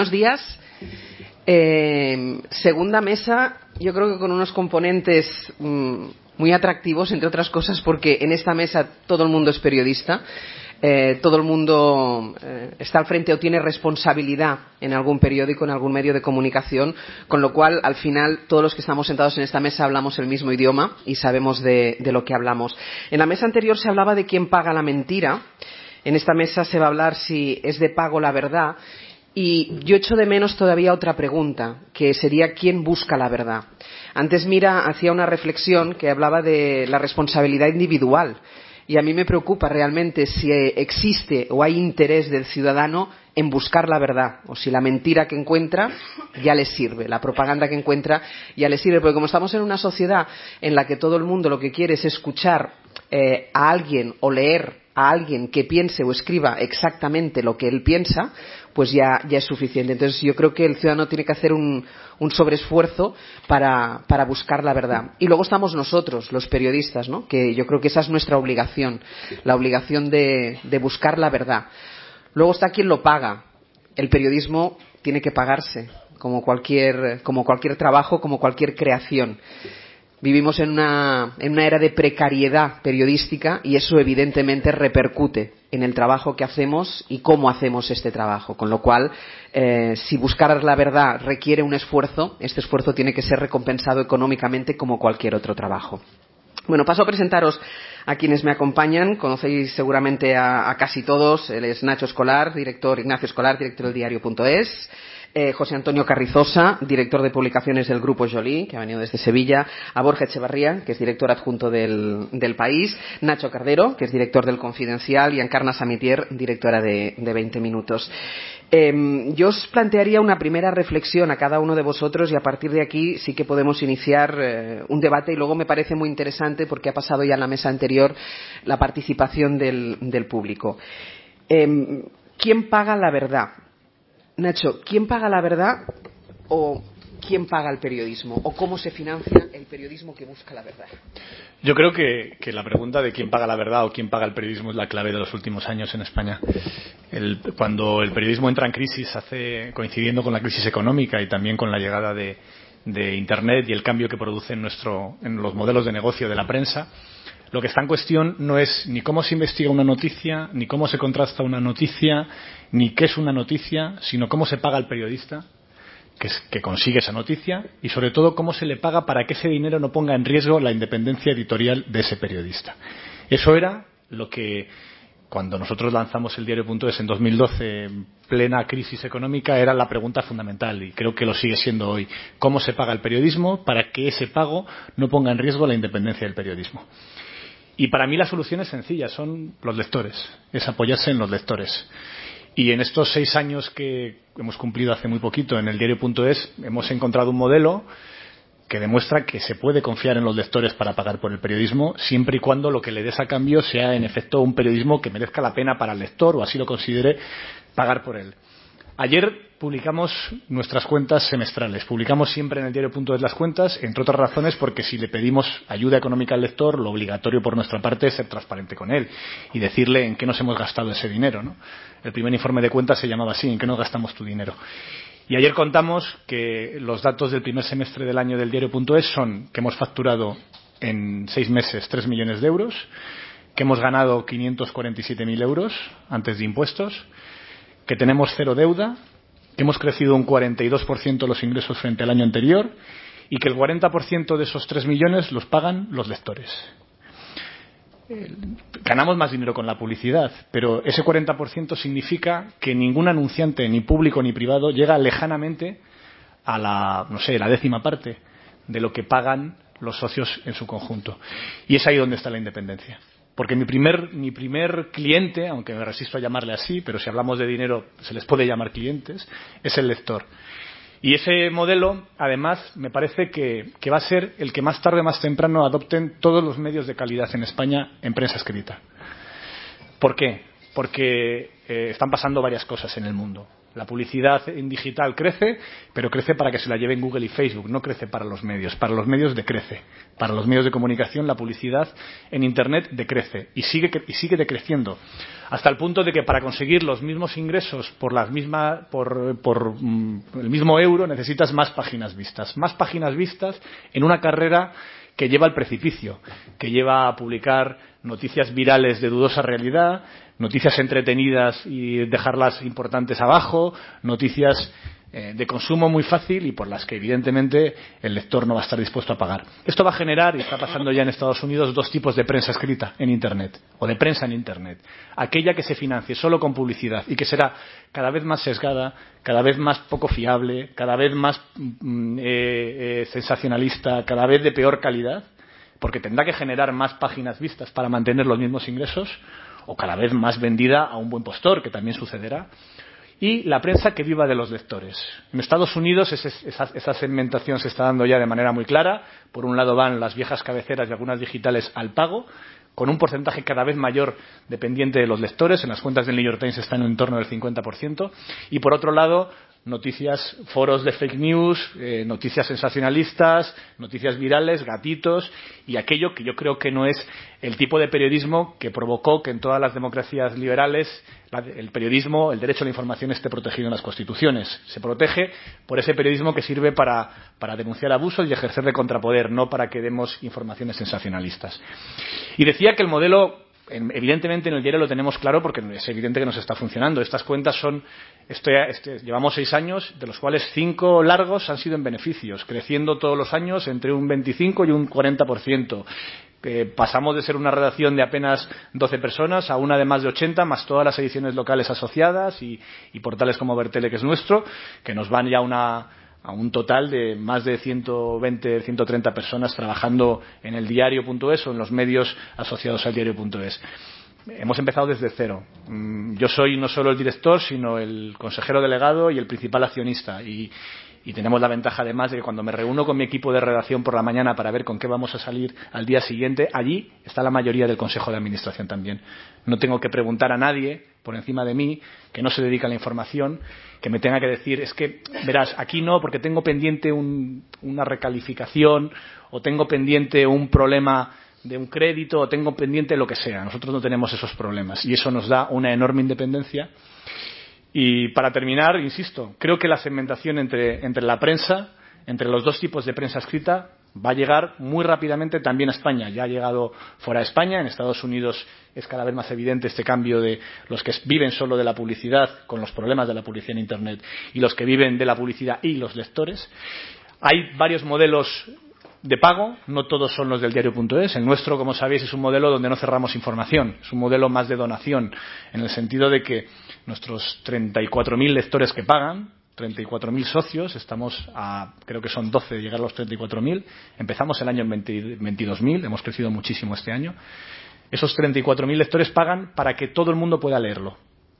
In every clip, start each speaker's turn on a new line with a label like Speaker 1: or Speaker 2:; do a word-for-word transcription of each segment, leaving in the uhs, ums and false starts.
Speaker 1: Buenos días. Eh, segunda mesa, yo creo que con unos componentes mmm, muy atractivos, entre otras cosas, porque en esta mesa todo el mundo es periodista. Eh, todo el mundo eh, está al frente o tiene responsabilidad en algún periódico, en algún medio de comunicación, con lo cual, al final, todos los que estamos sentados en esta mesa hablamos el mismo idioma y sabemos de, de lo que hablamos. En la mesa anterior se hablaba de quién paga la mentira. En esta mesa se va a hablar si es de pago la verdad. Y yo echo de menos todavía otra pregunta, que sería ¿quién busca la verdad? Antes Mira hacía una reflexión que hablaba de la responsabilidad individual. Y a mí me preocupa realmente si existe o hay interés del ciudadano en buscar la verdad, o si la mentira que encuentra ya le sirve, la propaganda que encuentra ya le sirve, porque como estamos en una sociedad en la que todo el mundo lo que quiere es escuchar eh, a alguien o leer a alguien que piense o escriba exactamente lo que él piensa, pues ya, ya es suficiente. Entonces yo creo que el ciudadano tiene que hacer un, un sobreesfuerzo para, para buscar la verdad. Y luego estamos nosotros, los periodistas, ¿no? Que yo creo que esa es nuestra obligación, la obligación de, de buscar la verdad. Luego está quien lo paga. El periodismo tiene que pagarse, como cualquier, como cualquier trabajo, como cualquier creación. Vivimos en una, en una era de precariedad periodística y eso evidentemente repercute en el trabajo que hacemos y cómo hacemos este trabajo. Con lo cual, eh, si buscar la verdad requiere un esfuerzo, este esfuerzo tiene que ser recompensado económicamente como cualquier otro trabajo. Bueno, paso a presentaros a quienes me acompañan. Conocéis seguramente a, a casi todos. Él es Nacho Escolar, director, Ignacio Escolar, director del diario punto es. Eh, José Antonio Carrizosa, director de publicaciones del Grupo Joly, que ha venido desde Sevilla, a Borja Echevarría, que es director adjunto del, del País, Nacho Cardero, que es director del Confidencial, y Encarna Samitier, directora de, de veinte minutos. Eh, yo os plantearía una primera reflexión a cada uno de vosotros y a partir de aquí sí que podemos iniciar eh, un debate y luego me parece muy interesante porque ha pasado ya en la mesa anterior la participación del, del público. Eh, ¿Quién paga la verdad? Nacho, ¿quién paga la verdad o quién paga el periodismo? ¿O cómo se financia el periodismo que busca la verdad?
Speaker 2: Yo creo que, que la pregunta de quién paga la verdad o quién paga el periodismo es la clave de los últimos años en España. El, cuando el periodismo entra en crisis, hace, coincidiendo con la crisis económica y también con la llegada de, de Internet y el cambio que produce en, nuestro, en los modelos de negocio de la prensa, lo que está en cuestión no es ni cómo se investiga una noticia, ni cómo se contrasta una noticia, ni qué es una noticia, sino cómo se paga al periodista que, es, que consigue esa noticia y, sobre todo, cómo se le paga para que ese dinero no ponga en riesgo la independencia editorial de ese periodista. Eso era lo que, cuando nosotros lanzamos el diario punto es en dos mil doce, en plena crisis económica, era la pregunta fundamental y creo que lo sigue siendo hoy. ¿Cómo se paga el periodismo para que ese pago no ponga en riesgo la independencia del periodismo? Y para mí la solución es sencilla, son los lectores, es apoyarse en los lectores. Y en estos seis años que hemos cumplido hace muy poquito en el diario punto es, hemos encontrado un modelo que demuestra que se puede confiar en los lectores para pagar por el periodismo, siempre y cuando lo que le des a cambio sea, en efecto, un periodismo que merezca la pena para el lector, o así lo considere, pagar por él. Ayer publicamos nuestras cuentas semestrales. Publicamos siempre en el diario punto es las cuentas, entre otras razones porque si le pedimos ayuda económica al lector, lo obligatorio por nuestra parte es ser transparente con él y decirle en qué nos hemos gastado ese dinero, ¿no? El primer informe de cuentas se llamaba así, ¿en qué nos gastamos tu dinero? Y ayer contamos que los datos del primer semestre del año del diario punto es son que hemos facturado en seis meses tres millones de euros, que hemos ganado quinientos cuarenta y siete mil euros antes de impuestos, que tenemos cero deuda, que hemos crecido un cuarenta y dos por ciento los ingresos frente al año anterior y que el cuarenta por ciento de esos tres millones los pagan los lectores. Eh, ganamos más dinero con la publicidad, pero ese cuarenta por ciento significa que ningún anunciante, ni público ni privado, llega lejanamente a la, no sé, la décima parte de lo que pagan los socios en su conjunto. Y es ahí donde está la independencia. Porque mi primer, mi primer cliente, aunque me resisto a llamarle así, pero si hablamos de dinero se les puede llamar clientes, es el lector. Y ese modelo, además, me parece que, que va a ser el que más tarde o más temprano adopten todos los medios de calidad en España en prensa escrita. ¿Por qué? Porque eh, están pasando varias cosas en el mundo. La publicidad en digital crece, pero crece para que se la lleven Google y Facebook, no crece para los medios. Para los medios decrece. Para los medios de comunicación la publicidad en Internet decrece y sigue, y sigue decreciendo. Hasta el punto de que para conseguir los mismos ingresos por, las misma, por, por mm, el mismo euro necesitas más páginas vistas. Más páginas vistas en una carrera que lleva al precipicio, que lleva a publicar noticias virales de dudosa realidad, noticias entretenidas y dejarlas importantes abajo, noticias eh, de consumo muy fácil y por las que evidentemente el lector no va a estar dispuesto a pagar. Esto va a generar, y está pasando ya en Estados Unidos, dos tipos de prensa escrita en Internet, o de prensa en Internet. Aquella que se financie solo con publicidad y que será cada vez más sesgada, cada vez más poco fiable, cada vez más mm, eh, eh, sensacionalista, cada vez de peor calidad, porque tendrá que generar más páginas vistas para mantener los mismos ingresos, o cada vez más vendida a un buen postor, que también sucederá, y la prensa que viva de los lectores. En Estados Unidos ese, esa, esa segmentación se está dando ya de manera muy clara. Por un lado van las viejas cabeceras y algunas digitales al pago, con un porcentaje cada vez mayor dependiente de los lectores. En las cuentas del New York Times están en torno del cincuenta por ciento. Y por otro lado, noticias, foros de fake news, eh, noticias sensacionalistas, noticias virales, gatitos y aquello que yo creo que no es el tipo de periodismo que provocó que en todas las democracias liberales la, el periodismo, el derecho a la información esté protegido en las constituciones. Se protege por ese periodismo que sirve para, para denunciar abusos y ejercer de contrapoder, no para que demos informaciones sensacionalistas. Y decía que el modelo, evidentemente en el diario lo tenemos claro porque es evidente que nos está funcionando. Estas cuentas son, este, este, llevamos seis años, de los cuales cinco largos han sido en beneficios, creciendo todos los años entre un veinticinco y un cuarenta por ciento. Eh, pasamos de ser una redacción de apenas doce personas a una de más de ochenta, más todas las ediciones locales asociadas y, y portales como Bertele, que es nuestro, que nos van ya una, a un total de más de ciento veinte, ciento treinta personas trabajando en el diario punto es o en los medios asociados al diario punto es. Hemos empezado desde cero. Yo soy no solo el director, sino el consejero delegado y el principal accionista. Y, y tenemos la ventaja además de que cuando me reúno con mi equipo de redacción por la mañana para ver con qué vamos a salir al día siguiente, allí está la mayoría del consejo de administración también. No tengo que preguntar a nadie por encima de mí que no se dedica a la información, que me tenga que decir, es que, verás, aquí no, porque tengo pendiente un, una recalificación o tengo pendiente un problema de un crédito o tengo pendiente lo que sea. Nosotros no tenemos esos problemas y eso nos da una enorme independencia. Y para terminar, insisto, creo que la segmentación entre, entre la prensa, entre los dos tipos de prensa escrita, va a llegar muy rápidamente también a España. Ya ha llegado fuera de España. En Estados Unidos es cada vez más evidente este cambio de los que viven solo de la publicidad, con los problemas de la publicidad en Internet, y los que viven de la publicidad y los lectores. Hay varios modelos de pago, no todos son los del diario punto es. El nuestro, como sabéis, es un modelo donde no cerramos información, es un modelo más de donación, en el sentido de que nuestros treinta y cuatro mil lectores que pagan, treinta y cuatro mil socios, estamos a, creo que son doce de llegar a los treinta y cuatro mil, empezamos el año en veintidós mil, hemos crecido muchísimo este año. Esos treinta y cuatro mil lectores pagan para que todo el mundo pueda leerlo.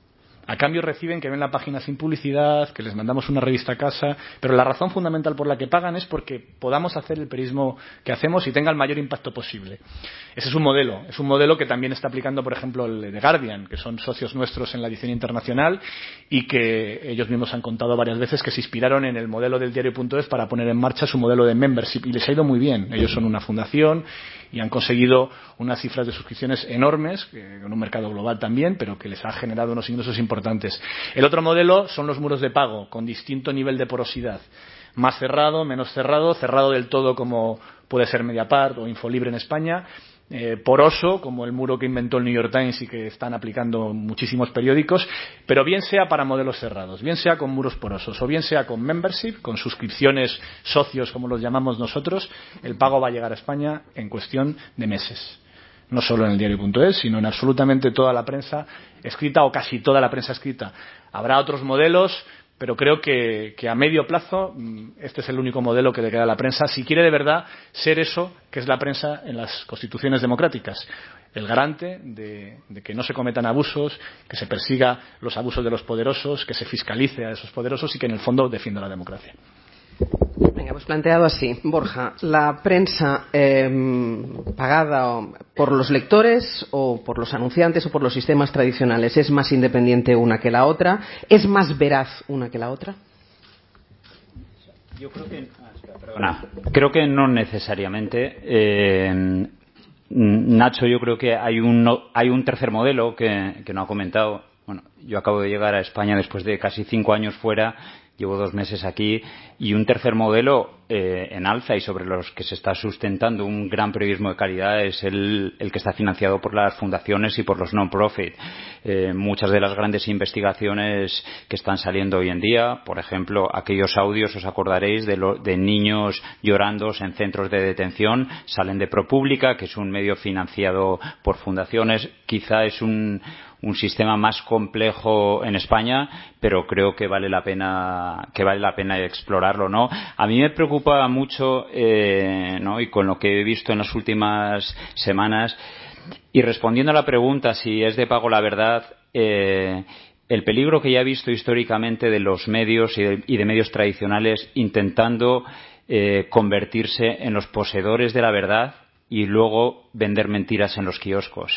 Speaker 2: A cambio reciben que ven la página sin publicidad, que les mandamos una revista a casa, pero la razón fundamental por la que pagan es porque podamos hacer el periodismo que hacemos y tenga el mayor impacto posible. Ese es un modelo, es un modelo que también está aplicando, por ejemplo, el The Guardian, que son socios nuestros en la edición internacional y que ellos mismos han contado varias veces que se inspiraron en el modelo del diario punto es para poner en marcha su modelo de membership y les ha ido muy bien. Ellos son una fundación y han conseguido unas cifras de suscripciones enormes, en un mercado global también, pero que les ha generado unos ingresos importantes. El otro modelo son los muros de pago, con distinto nivel de porosidad. Más cerrado, menos cerrado, cerrado del todo como puede ser Mediapart o Infolibre en España, eh, poroso, como el muro que inventó el New York Times y que están aplicando muchísimos periódicos, pero bien sea para modelos cerrados, bien sea con muros porosos o bien sea con membership, con suscripciones socios como los llamamos nosotros, el pago va a llegar a España en cuestión de meses. No solo en el diario punto es, sino en absolutamente toda la prensa escrita o casi toda la prensa escrita. Habrá otros modelos, pero creo que, que a medio plazo este es el único modelo que le queda a la prensa si quiere de verdad ser eso que es la prensa en las constituciones democráticas. El garante de, de que no se cometan abusos, que se persiga los abusos de los poderosos, que se fiscalice a esos poderosos y que en el fondo defienda la democracia.
Speaker 1: Venga, pues planteado así, Borja, ¿la prensa eh, pagada por los lectores o por los anunciantes o por los sistemas tradicionales es más independiente una que la otra? ¿Es más veraz una que la otra?
Speaker 3: Yo creo que, ah, espera, perdona. Creo que no necesariamente. Eh, Nacho, yo creo que hay un, hay un tercer modelo que, que no ha comentado. Bueno, yo acabo de llegar a España después de casi cinco años fuera, llevo dos meses aquí, y un tercer modelo eh, en alza y sobre los que se está sustentando un gran periodismo de calidad es el, el que está financiado por las fundaciones y por los non-profit. Eh, muchas de las grandes investigaciones que están saliendo hoy en día, por ejemplo, aquellos audios, os acordaréis, de, lo, de niños llorando en centros de detención, salen de ProPublica, que es un medio financiado por fundaciones. Quizá es un un sistema más complejo en España, pero creo que vale la pena que vale la pena explorarlo, ¿no? A mí me preocupa mucho, eh, ¿no? Y con lo que he visto en las últimas semanas, y respondiendo a la pregunta si es de pago la verdad, eh, el peligro que ya he visto históricamente de los medios y de, y de medios tradicionales intentando eh, convertirse en los poseedores de la verdad y luego vender mentiras en los kioscos.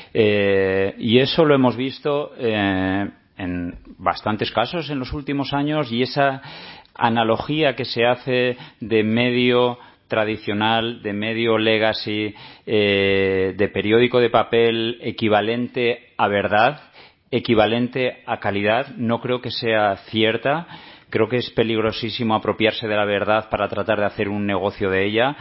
Speaker 3: Eh, y eso lo hemos visto eh, en bastantes casos en los últimos años, y esa analogía que se hace de medio tradicional, de medio legacy, eh, de periódico de papel equivalente a verdad, equivalente a calidad, no creo que sea cierta. Creo que es peligrosísimo apropiarse de la verdad para tratar de hacer un negocio de ella.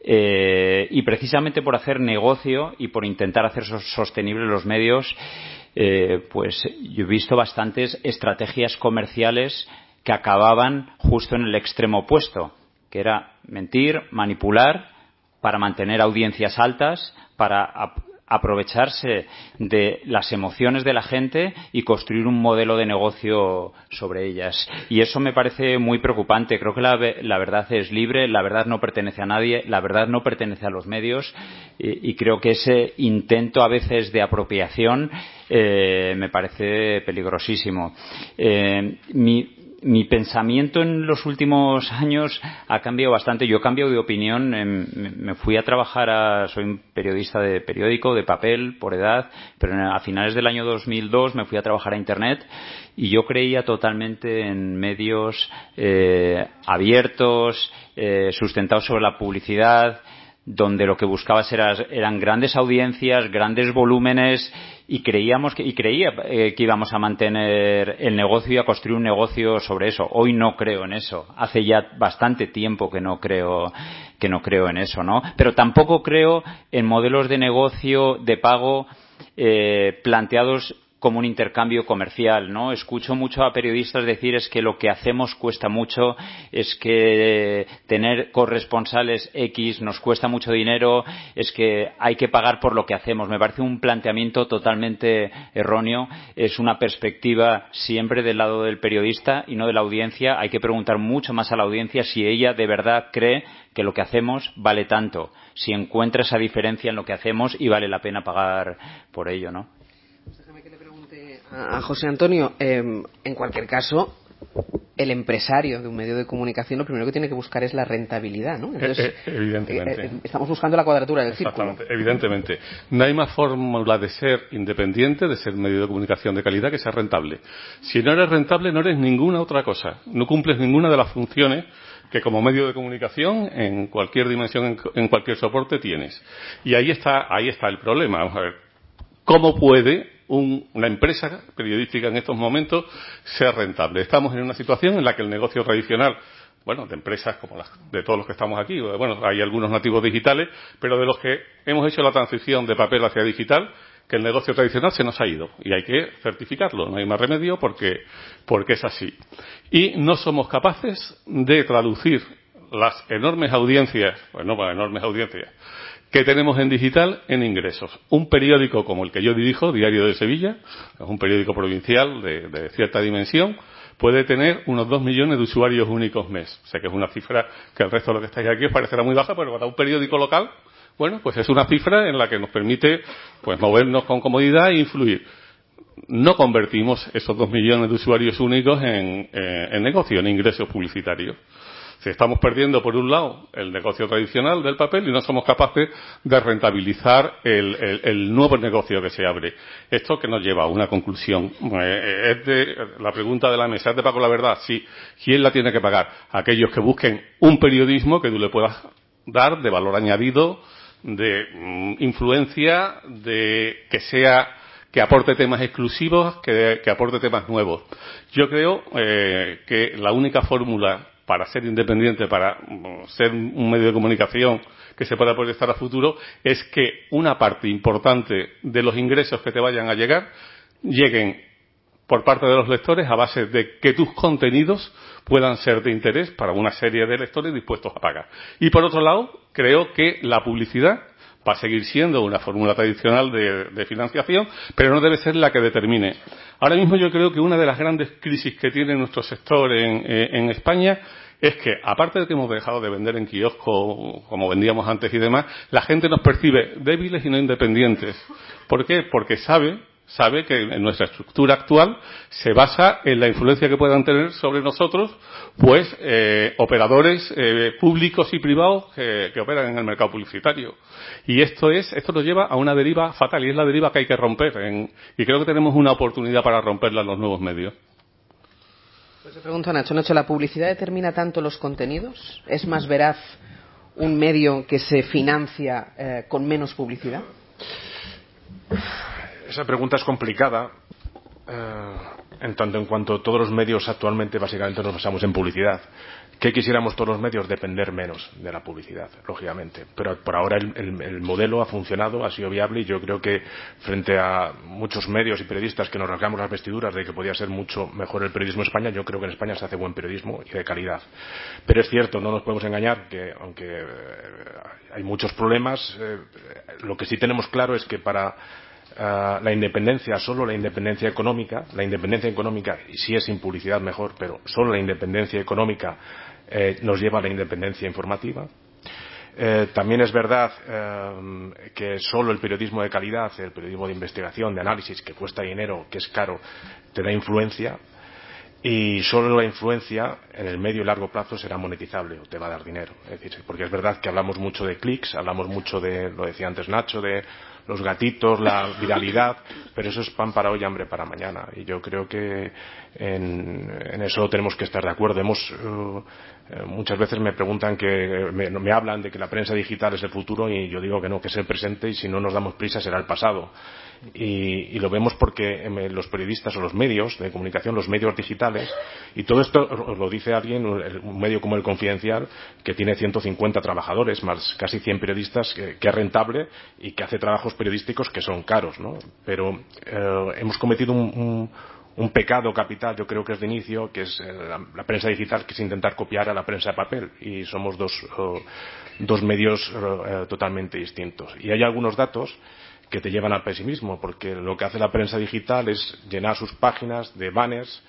Speaker 3: Eh, y precisamente por hacer negocio y por intentar hacer sostenibles los medios, eh, pues yo he visto bastantes estrategias comerciales que acababan justo en el extremo opuesto, que era mentir, manipular para mantener audiencias altas, para ap- aprovecharse de las emociones de la gente y construir un modelo de negocio sobre ellas. Y eso me parece muy preocupante. Creo que la, la verdad es libre, la verdad no pertenece a nadie, la verdad no pertenece a los medios, y, y creo que ese intento a veces de apropiación eh, me parece peligrosísimo. Eh, mi Mi pensamiento en los últimos años ha cambiado bastante. Yo he cambiado de opinión. Me fui a trabajar a... Soy un periodista de periódico, de papel, por edad, pero a finales del año dos mil dos me fui a trabajar a Internet, y yo creía totalmente en medios eh, abiertos, eh, sustentados sobre la publicidad, donde lo que buscabas era, eran grandes audiencias, grandes volúmenes, y creíamos que, y creía eh, que íbamos a mantener el negocio y a construir un negocio sobre eso. Hoy no creo en eso. Hace ya bastante tiempo que no creo que no creo en eso, ¿no? Pero tampoco creo en modelos de negocio de pago eh, planteados como un intercambio comercial, ¿no? Escucho mucho a periodistas decir es que lo que hacemos cuesta mucho, es que tener corresponsales X nos cuesta mucho dinero, es que hay que pagar por lo que hacemos. Me parece un planteamiento totalmente erróneo. Es una perspectiva siempre del lado del periodista y no de la audiencia. Hay que preguntar mucho más a la audiencia si ella de verdad cree que lo que hacemos vale tanto, si encuentra esa diferencia en lo que hacemos y vale la pena pagar por ello, ¿no?
Speaker 1: A José Antonio, eh, en cualquier caso, el empresario de un medio de comunicación lo primero que tiene que buscar es la rentabilidad, ¿no? Entonces,
Speaker 4: eh, eh, evidentemente.
Speaker 1: Eh, eh, estamos buscando la cuadratura del círculo.
Speaker 4: Exactamente, evidentemente. No hay más fórmula de ser independiente, de ser medio de comunicación de calidad, que ser rentable. Si no eres rentable, no eres ninguna otra cosa. No cumples ninguna de las funciones que como medio de comunicación en cualquier dimensión, en, en cualquier soporte tienes. Y ahí está, ahí está el problema. Vamos a ver. ¿Cómo puede un, una empresa periodística en estos momentos ser rentable? Estamos en una situación en la que el negocio tradicional, bueno, de empresas como las de todos los que estamos aquí, bueno, hay algunos nativos digitales, pero de los que hemos hecho la transición de papel hacia digital, que el negocio tradicional se nos ha ido y hay que certificarlo, no hay más remedio porque, porque es así. Y no somos capaces de traducir las enormes audiencias, bueno, bueno, enormes audiencias, que tenemos en digital en ingresos. Un periódico como el que yo dirijo, Diario de Sevilla, es un periódico provincial de, de cierta dimensión, puede tener unos dos millones de usuarios únicos mes. Sé que es una cifra que al resto de los que estáis aquí os parecerá muy baja, pero para un periódico local, bueno, pues es una cifra en la que nos permite pues movernos con comodidad e influir. No convertimos esos dos millones de usuarios únicos en, eh, en negocio, en ingresos publicitarios. Si estamos perdiendo, por un lado, el negocio tradicional del papel y no somos capaces de rentabilizar el, el, el nuevo negocio que se abre. Esto que nos lleva a una conclusión. Eh, es de, la pregunta de la mesa, ¿es de pago la verdad? Sí. ¿Quién la tiene que pagar? Aquellos que busquen un periodismo que tú le puedas dar de valor añadido, de mm, influencia, de que sea que aporte temas exclusivos, que, que aporte temas nuevos. Yo creo eh, que la única fórmula para ser independiente, para ser un medio de comunicación que se pueda proyectar a futuro, es que una parte importante de los ingresos que te vayan a llegar lleguen por parte de los lectores a base de que tus contenidos puedan ser de interés para una serie de lectores dispuestos a pagar. Y por otro lado, creo que la publicidad va a seguir siendo una fórmula tradicional de, de financiación, pero no debe ser la que determine. Ahora mismo yo creo que una de las grandes crisis que tiene nuestro sector en, en España es que, aparte de que hemos dejado de vender en kiosco como vendíamos antes y demás, la gente nos percibe débiles y no independientes. ¿Por qué? Porque sabe sabe que en nuestra estructura actual se basa en la influencia que puedan tener sobre nosotros pues eh, operadores eh, públicos y privados que, que operan en el mercado publicitario. Y esto es esto nos lleva a una deriva fatal, y es la deriva que hay que romper. En, y creo que tenemos una oportunidad para romperla en los nuevos medios.
Speaker 1: Pues te pregunto, Nacho, Nacho, ¿la publicidad determina tanto los contenidos? ¿Es más veraz un medio que se financia eh, con menos publicidad?
Speaker 5: Esa pregunta es complicada, eh, en tanto en cuanto todos los medios actualmente básicamente nos basamos en publicidad. ¿Qué quisiéramos todos los medios? Depender menos de la publicidad, lógicamente. Pero por ahora el, el, el modelo ha funcionado, ha sido viable, y yo creo que frente a muchos medios y periodistas que nos rasgamos las vestiduras de que podía ser mucho mejor el periodismo en España, yo creo que en España se hace buen periodismo y de calidad. Pero es cierto, no nos podemos engañar, que aunque eh, hay muchos problemas, eh, lo que sí tenemos claro es que para Uh, la independencia, solo la independencia económica, la independencia económica, y si es sin publicidad mejor, pero solo la independencia económica eh, nos lleva a la independencia informativa. Eh, también es verdad eh, que solo el periodismo de calidad, el periodismo de investigación, de análisis, que cuesta dinero, que es caro, te da influencia, y solo la influencia en el medio y largo plazo será monetizable o te va a dar dinero. Es decir, porque es verdad que hablamos mucho de clics, hablamos mucho de, lo decía antes Nacho, de los gatitos, la viralidad, pero eso es pan para hoy y hambre para mañana. Y yo creo que en, en eso tenemos que estar de acuerdo. Hemos, uh, muchas veces me preguntan que, me, me hablan de que la prensa digital es el futuro, y yo digo que no, que es el presente, y si no nos damos prisa será el pasado. Y, y lo vemos porque los periodistas o los medios de comunicación, los medios digitales, y todo esto os lo dice alguien, un medio como El Confidencial, que tiene ciento cincuenta trabajadores, más casi cien periodistas, que, que es rentable y que hace trabajos periodísticos que son caros, ¿no? Pero eh, hemos cometido un, un, un pecado capital, yo creo que es de inicio, que es eh, la, la prensa digital, que es intentar copiar a la prensa de papel, y somos dos, uh, dos medios uh, totalmente distintos. Y hay algunos datos que te llevan al pesimismo, porque lo que hace la prensa digital es llenar sus páginas de banners,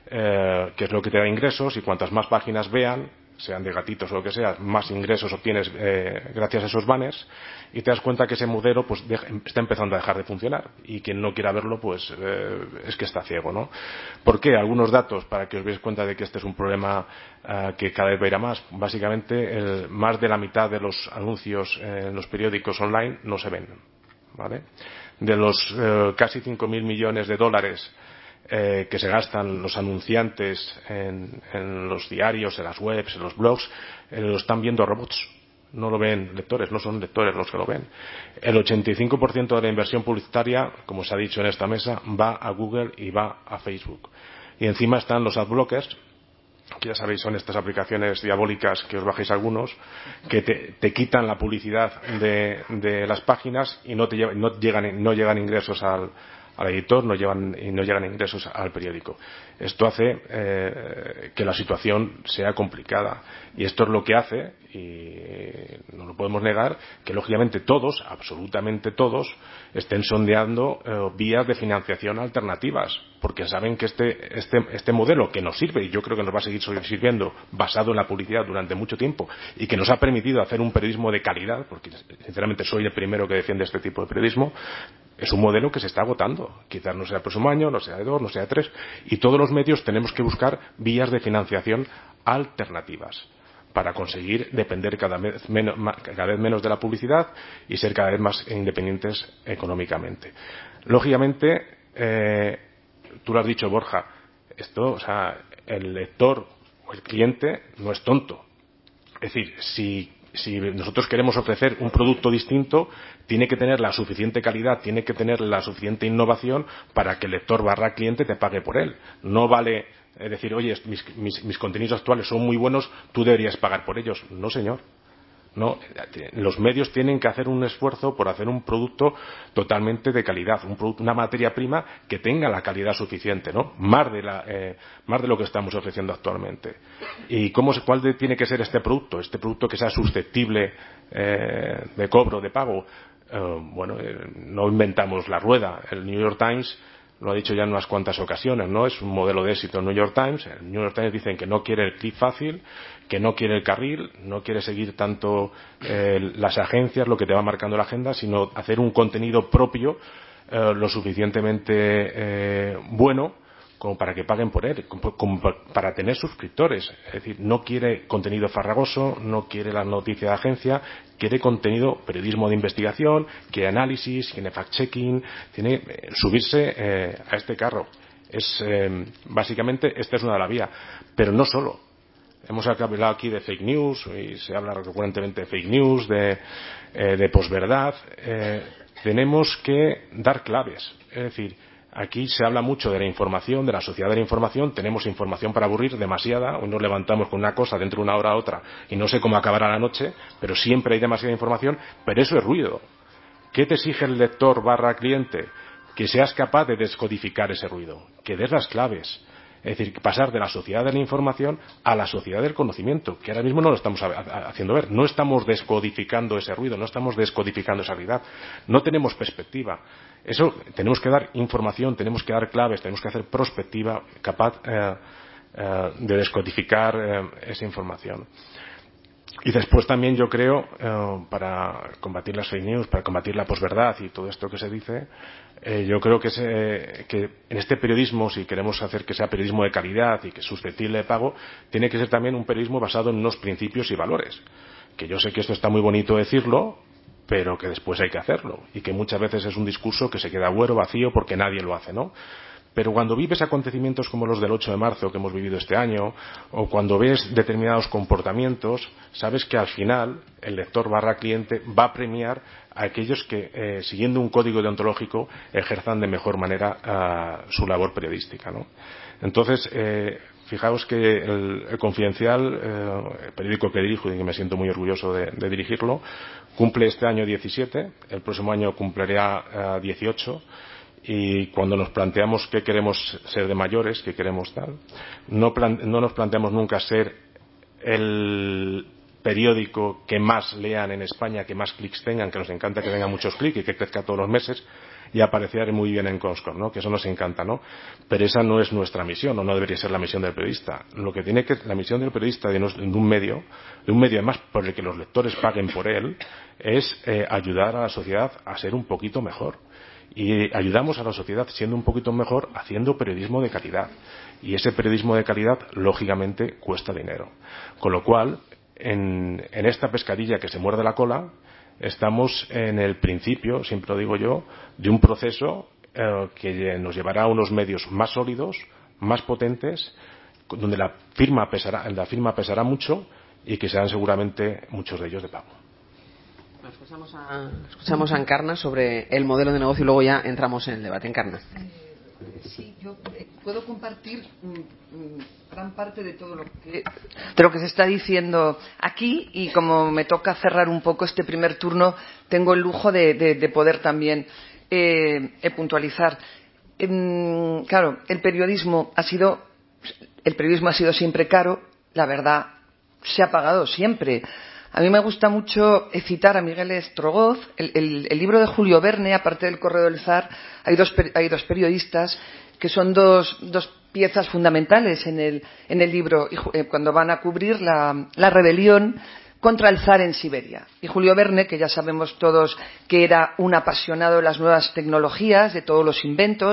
Speaker 5: eh, que es lo que te da ingresos, y cuantas más páginas vean, sean de gatitos o lo que sea, más ingresos obtienes eh, gracias a esos banners, y te das cuenta que ese modelo pues deja, está empezando a dejar de funcionar, y quien no quiera verlo pues eh, es que está ciego, ¿no? ¿Por qué? Algunos datos para que os veáis cuenta de que este es un problema eh, que cada vez va a ir a más. Básicamente, el, más de la mitad de los anuncios en los periódicos online no se ven, ¿vale? De los eh, casi cinco mil millones de dólares eh, que se gastan los anunciantes en, en los diarios, en las webs, en los blogs, eh, lo están viendo robots. No lo ven lectores, no son lectores los que lo ven. El ochenta y cinco por ciento de la inversión publicitaria, como se ha dicho en esta mesa, va a Google y va a Facebook. Y encima están los adblockers, que ya sabéis son estas aplicaciones diabólicas que os bajéis algunos, que te, te quitan la publicidad de, de las páginas y no, te llevan, no, llegan, no llegan ingresos al, al editor, no, llevan, y no llegan ingresos al periódico. Esto hace eh, que la situación sea complicada, y esto es lo que hace, y no lo podemos negar, que lógicamente todos, absolutamente todos, estén sondeando eh, vías de financiación alternativas, porque saben que este, este, este modelo que nos sirve, y yo creo que nos va a seguir sirviendo, basado en la publicidad durante mucho tiempo, y que nos ha permitido hacer un periodismo de calidad, porque sinceramente soy el primero que defiende este tipo de periodismo, es un modelo que se está agotando. Quizás no sea el próximo año, no sea de dos, no sea de tres, y todos los medios tenemos que buscar vías de financiación alternativas. para conseguir depender cada vez menos, cada vez menos de la publicidad y ser cada vez más independientes económicamente. Lógicamente, eh, tú lo has dicho, Borja, esto, o sea, el lector o el cliente no es tonto. Es decir, si, si nosotros queremos ofrecer un producto distinto, tiene que tener la suficiente calidad, tiene que tener la suficiente innovación para que el lector barra cliente te pague por él. No vale Es decir, oye, mis, mis, mis contenidos actuales son muy buenos, tú deberías pagar por ellos. No, señor. No, los medios tienen que hacer un esfuerzo por hacer un producto totalmente de calidad, un producto, una materia prima que tenga la calidad suficiente, ¿no? Más de la, eh, más de lo que estamos ofreciendo actualmente. ¿Y cómo, cuál de, tiene que ser este producto? Este producto que sea susceptible eh, de cobro, de pago. Eh, bueno, eh, no inventamos la rueda. El New York Times lo ha dicho ya en unas cuantas ocasiones, ¿no? Es un modelo de éxito el New York Times. El New York Times dicen que no quiere el clic fácil, que no quiere el carril, no quiere seguir tanto eh, las agencias, lo que te va marcando la agenda, sino hacer un contenido propio eh, lo suficientemente eh, bueno como para que paguen por él, como, como para tener suscriptores. Es decir, no quiere contenido farragoso, no quiere la noticia de agencia, quiere contenido, periodismo de investigación, quiere análisis, quiere fact-checking, tiene eh, subirse eh, a este carro. Es, eh, básicamente, esta es una de las vías. Pero no solo. Hemos hablado aquí de fake news, y se habla recurrentemente de fake news, de, eh, de posverdad. Eh, tenemos que dar claves. Es decir, aquí se habla mucho de la información, de la sociedad de la información. Tenemos información para aburrir, demasiada. Hoy nos levantamos con una cosa, dentro de una hora a otra, y no sé cómo acabará la noche, pero siempre hay demasiada información. Pero eso es ruido. ¿Qué te exige el lector barra cliente? Que seas capaz de descodificar ese ruido, que des las claves. Es decir, pasar de la sociedad de la información a la sociedad del conocimiento, que ahora mismo no lo estamos haciendo ver. No estamos descodificando ese ruido, no estamos descodificando esa realidad. No tenemos perspectiva. Eso, tenemos que dar información, tenemos que dar claves, tenemos que hacer prospectiva capaz eh, eh, de descodificar eh, esa información. Y después también yo creo, eh, para combatir las fake news, para combatir la posverdad y todo esto que se dice, eh, yo creo que, se, que en este periodismo, si queremos hacer que sea periodismo de calidad y que es susceptible de pago, tiene que ser también un periodismo basado en unos principios y valores. Que yo sé que esto está muy bonito decirlo, pero que después hay que hacerlo. Y que muchas veces es un discurso que se queda huero, vacío, porque nadie lo hace, ¿no? Pero cuando vives acontecimientos como los del ocho de marzo que hemos vivido este año, o cuando ves determinados comportamientos, sabes que al final el lector barra cliente va a premiar a aquellos que, eh, siguiendo un código deontológico, ejerzan de mejor manera uh, su labor periodística, ¿no? Entonces, eh, fijaos que el, el Confidencial, eh, el periódico que dirijo y que me siento muy orgulloso de, de dirigirlo, cumple este año diecisiete, el próximo año cumplirá uh, dieciocho. Y cuando nos planteamos qué queremos ser de mayores, qué queremos tal, no, plan, no nos planteamos nunca ser el periódico que más lean en España, que más clics tengan, que nos encanta que tengan muchos clics y que crezca todos los meses y aparecer muy bien en Comscore, ¿no? Que eso nos encanta, ¿no? Pero esa no es nuestra misión, o no debería ser la misión del periodista. Lo que tiene que, la misión del periodista de, de un medio, de un medio además por el que los lectores paguen por él, es eh, ayudar a la sociedad a ser un poquito mejor. Y ayudamos a la sociedad siendo un poquito mejor haciendo periodismo de calidad. Y ese periodismo de calidad, lógicamente, cuesta dinero. Con lo cual, en, en esta pescadilla que se muerde la cola, estamos en el principio, siempre lo digo yo, de un proceso eh, que nos llevará a unos medios más sólidos, más potentes, donde la firma pesará, la firma pesará mucho y que serán seguramente muchos de ellos de pago.
Speaker 1: Escuchamos a, escuchamos a Encarna sobre el modelo de negocio y luego ya entramos en el debate. Encarna.
Speaker 6: Eh, sí, yo eh, puedo compartir mm, gran parte de todo lo que, de lo que se está diciendo aquí, y como me toca cerrar un poco este primer turno, tengo el lujo de, de, de poder también eh, eh, puntualizar. Eh, claro, el periodismo ha sido, el periodismo ha sido siempre caro, la verdad se ha pagado siempre. A mí me gusta mucho citar a Miguel Estrogoz. El, el, el libro de Julio Verne, aparte del Correo del Zar, hay dos, hay dos periodistas que son dos, dos piezas fundamentales en el, en el libro, y, eh, cuando van a cubrir la, la rebelión contra el zar en Siberia. Y Julio Verne, que ya sabemos todos que era un apasionado de las nuevas tecnologías, de todos los inventos,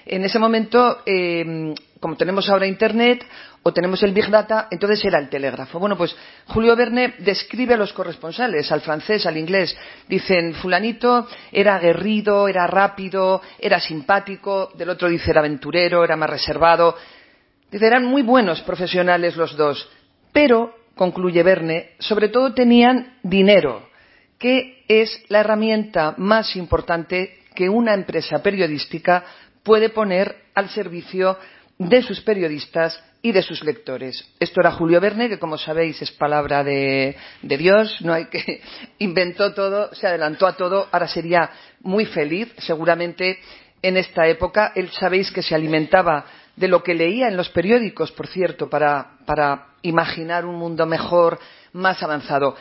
Speaker 6: En ese momento, eh, como tenemos ahora Internet o tenemos el Big Data, entonces era el telégrafo. Bueno, pues Julio Verne describe a los corresponsales, al francés, al inglés. Dicen, fulanito era aguerrido, era rápido, era simpático. Del otro dice, era aventurero, era más reservado. Dice, eran muy buenos profesionales los dos. Pero, concluye Verne, sobre todo tenían dinero, que es la herramienta más importante que una empresa periodística puede poner al servicio de sus periodistas y de sus lectores. Esto era Julio Verne, que como sabéis es palabra de, de Dios, no hay que inventó todo, se adelantó a todo, ahora sería muy feliz, seguramente en esta época. Él sabéis que se alimentaba de lo que leía en los periódicos, por cierto, para, para imaginar un mundo mejor, más avanzado.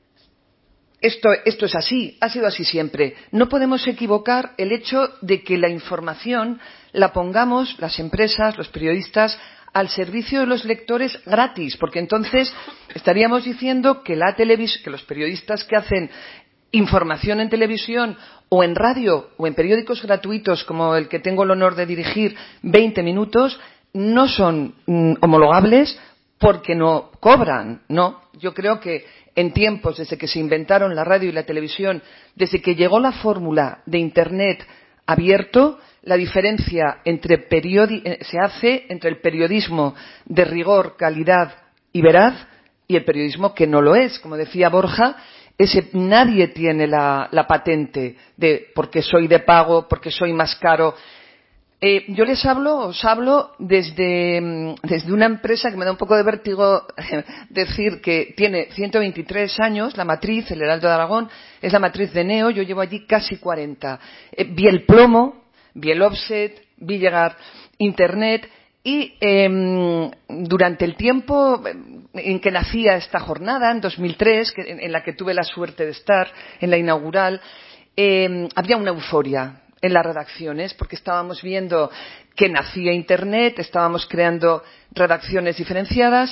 Speaker 6: Esto, esto es así, ha sido así siempre. No podemos equivocar el hecho de que la información la pongamos, las empresas, los periodistas, al servicio de los lectores gratis, porque entonces estaríamos diciendo que, la televis- que los periodistas que hacen información en televisión o en radio o en periódicos gratuitos como el que tengo el honor de dirigir, veinte minutos, no son mm, homologables porque no cobran, ¿no? Yo creo que en tiempos desde que se inventaron la radio y la televisión, desde que llegó la fórmula de Internet abierto, la diferencia entre periodi- se hace entre el periodismo de rigor, calidad y veraz y el periodismo que no lo es. Como decía Borja, ese, nadie tiene la, la patente de porque soy de pago, porque soy más caro. Eh, yo les hablo, os hablo desde, desde una empresa que me da un poco de vértigo decir que tiene ciento veintitrés años, la matriz, el Heraldo de Aragón, es la matriz de Neo, yo llevo allí casi cuarenta. Eh, vi el plomo, vi el offset, vi llegar Internet y eh, durante el tiempo en que nacía esta jornada, en dos mil tres, que, en, en la que tuve la suerte de estar, en la inaugural, eh, había una euforia en las redacciones, porque estábamos viendo que nacía Internet, estábamos creando redacciones diferenciadas,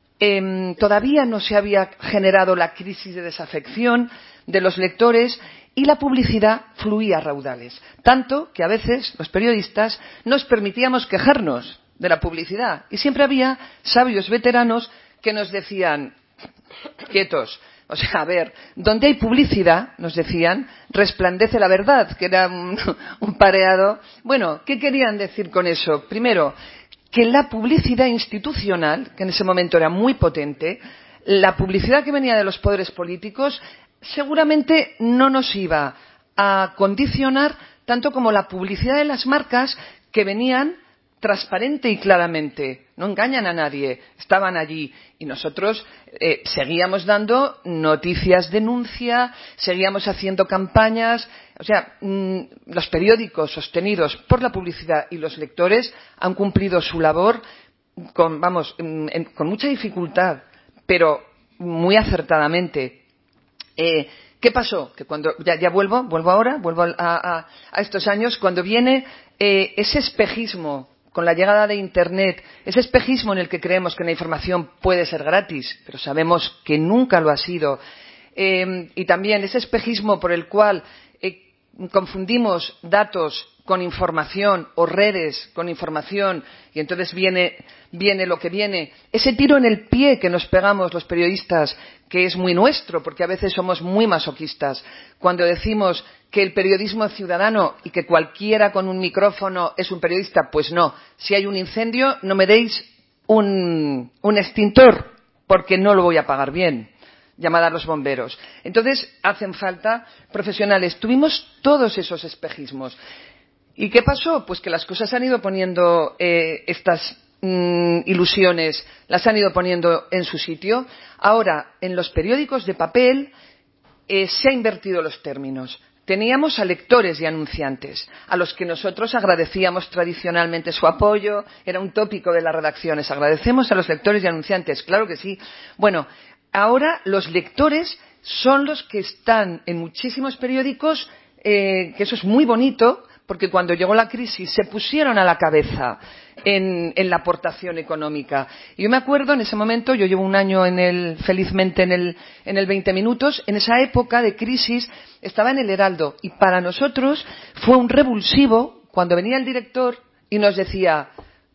Speaker 6: eh, todavía no se había generado la crisis de desafección de los lectores y la publicidad fluía a raudales. Tanto que a veces los periodistas nos permitíamos quejarnos de la publicidad y siempre había sabios veteranos que nos decían, quietos. O sea, a ver, donde hay publicidad, nos decían, resplandece la verdad, que era un, un pareado. Bueno, ¿qué querían decir con eso? Primero, que la publicidad institucional, que en ese momento era muy potente, la publicidad que venía de los poderes políticos, seguramente no nos iba a condicionar tanto como la publicidad de las marcas que venían transparente y claramente, no engañan a nadie, estaban allí y nosotros eh, seguíamos dando noticias denuncia, seguíamos haciendo campañas, o sea, mmm, los periódicos sostenidos por la publicidad y los lectores han cumplido su labor con, vamos, en, en, con mucha dificultad, pero muy acertadamente. Eh, ¿Qué pasó? Que cuando ya, ya vuelvo, vuelvo ahora, vuelvo a, a, a estos años, cuando viene eh, ese espejismo con la llegada de Internet, ese espejismo en el que creemos que la información puede ser gratis, pero sabemos que nunca lo ha sido, eh, y también ese espejismo por el cual eh, confundimos datos con información o redes con información y entonces viene, viene lo que viene, ese tiro en el pie que nos pegamos los periodistas, que es muy nuestro, porque a veces somos muy masoquistas, cuando decimos que el periodismo es ciudadano y que cualquiera con un micrófono es un periodista, pues no. Si hay un incendio, no me deis un, un extintor, porque no lo voy a pagar bien. Llamad a los bomberos. Entonces, hacen falta profesionales. Tuvimos todos esos espejismos. ¿Y qué pasó? Pues que las cosas han ido poniendo eh, estas mmm, ilusiones, las han ido poniendo en su sitio. Ahora, en los periódicos de papel eh, se han invertido los términos. Teníamos a lectores y anunciantes, a los que nosotros agradecíamos tradicionalmente su apoyo, era un tópico de las redacciones, agradecemos a los lectores y anunciantes, claro que sí. Bueno, ahora los lectores son los que están en muchísimos periódicos, eh, que eso es muy bonito, porque cuando llegó la crisis se pusieron a la cabeza en, en la aportación económica. Y yo me acuerdo en ese momento, yo llevo un año en el, felizmente en el, en el veinte minutos, en esa época de crisis estaba en el Heraldo y para nosotros fue un revulsivo cuando venía el director y nos decía,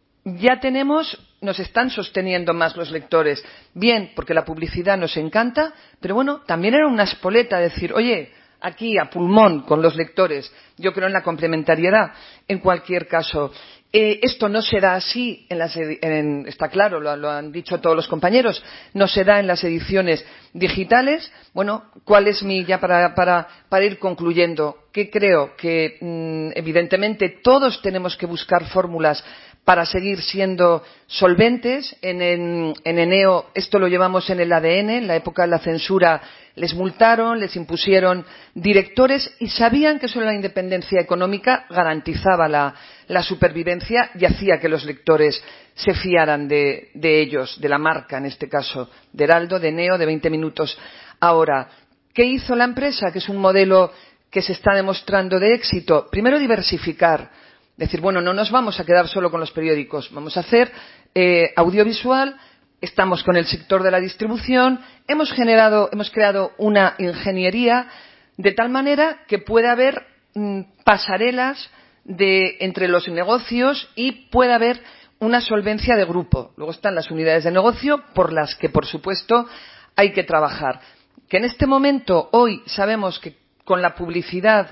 Speaker 6: ya tenemos, nos están sosteniendo más los lectores. Bien, porque la publicidad nos encanta, pero bueno, también era una espoleta decir, oye, aquí a pulmón con los lectores. Yo creo en la complementariedad. En cualquier caso, eh, esto no será así, en las en, está claro, lo, lo han dicho todos los compañeros, no se da en las ediciones digitales. Bueno, ¿cuál es mi, ya para, para, para ir concluyendo, que creo que mmm, evidentemente todos tenemos que buscar fórmulas para seguir siendo solventes. En, en, en Eneo esto lo llevamos en el A D N, en la época de la censura les multaron, les impusieron directores y sabían que solo la independencia económica garantizaba la, la supervivencia y hacía que los lectores se fiaran de, de ellos, de la marca, en este caso, de Heraldo, de Eneo, de veinte minutos. Ahora, ¿qué hizo la empresa? Que es un modelo que se está demostrando de éxito. Primero, diversificar. Decir, bueno, no nos vamos a quedar solo con los periódicos, vamos a hacer eh, audiovisual, estamos con el sector de la distribución, hemos generado, hemos creado una ingeniería de tal manera que pueda haber mm, pasarelas de, entre los negocios y pueda haber una solvencia de grupo. Luego están las unidades de negocio por las que, por supuesto, hay que trabajar. Que en este momento, hoy, sabemos que con la publicidad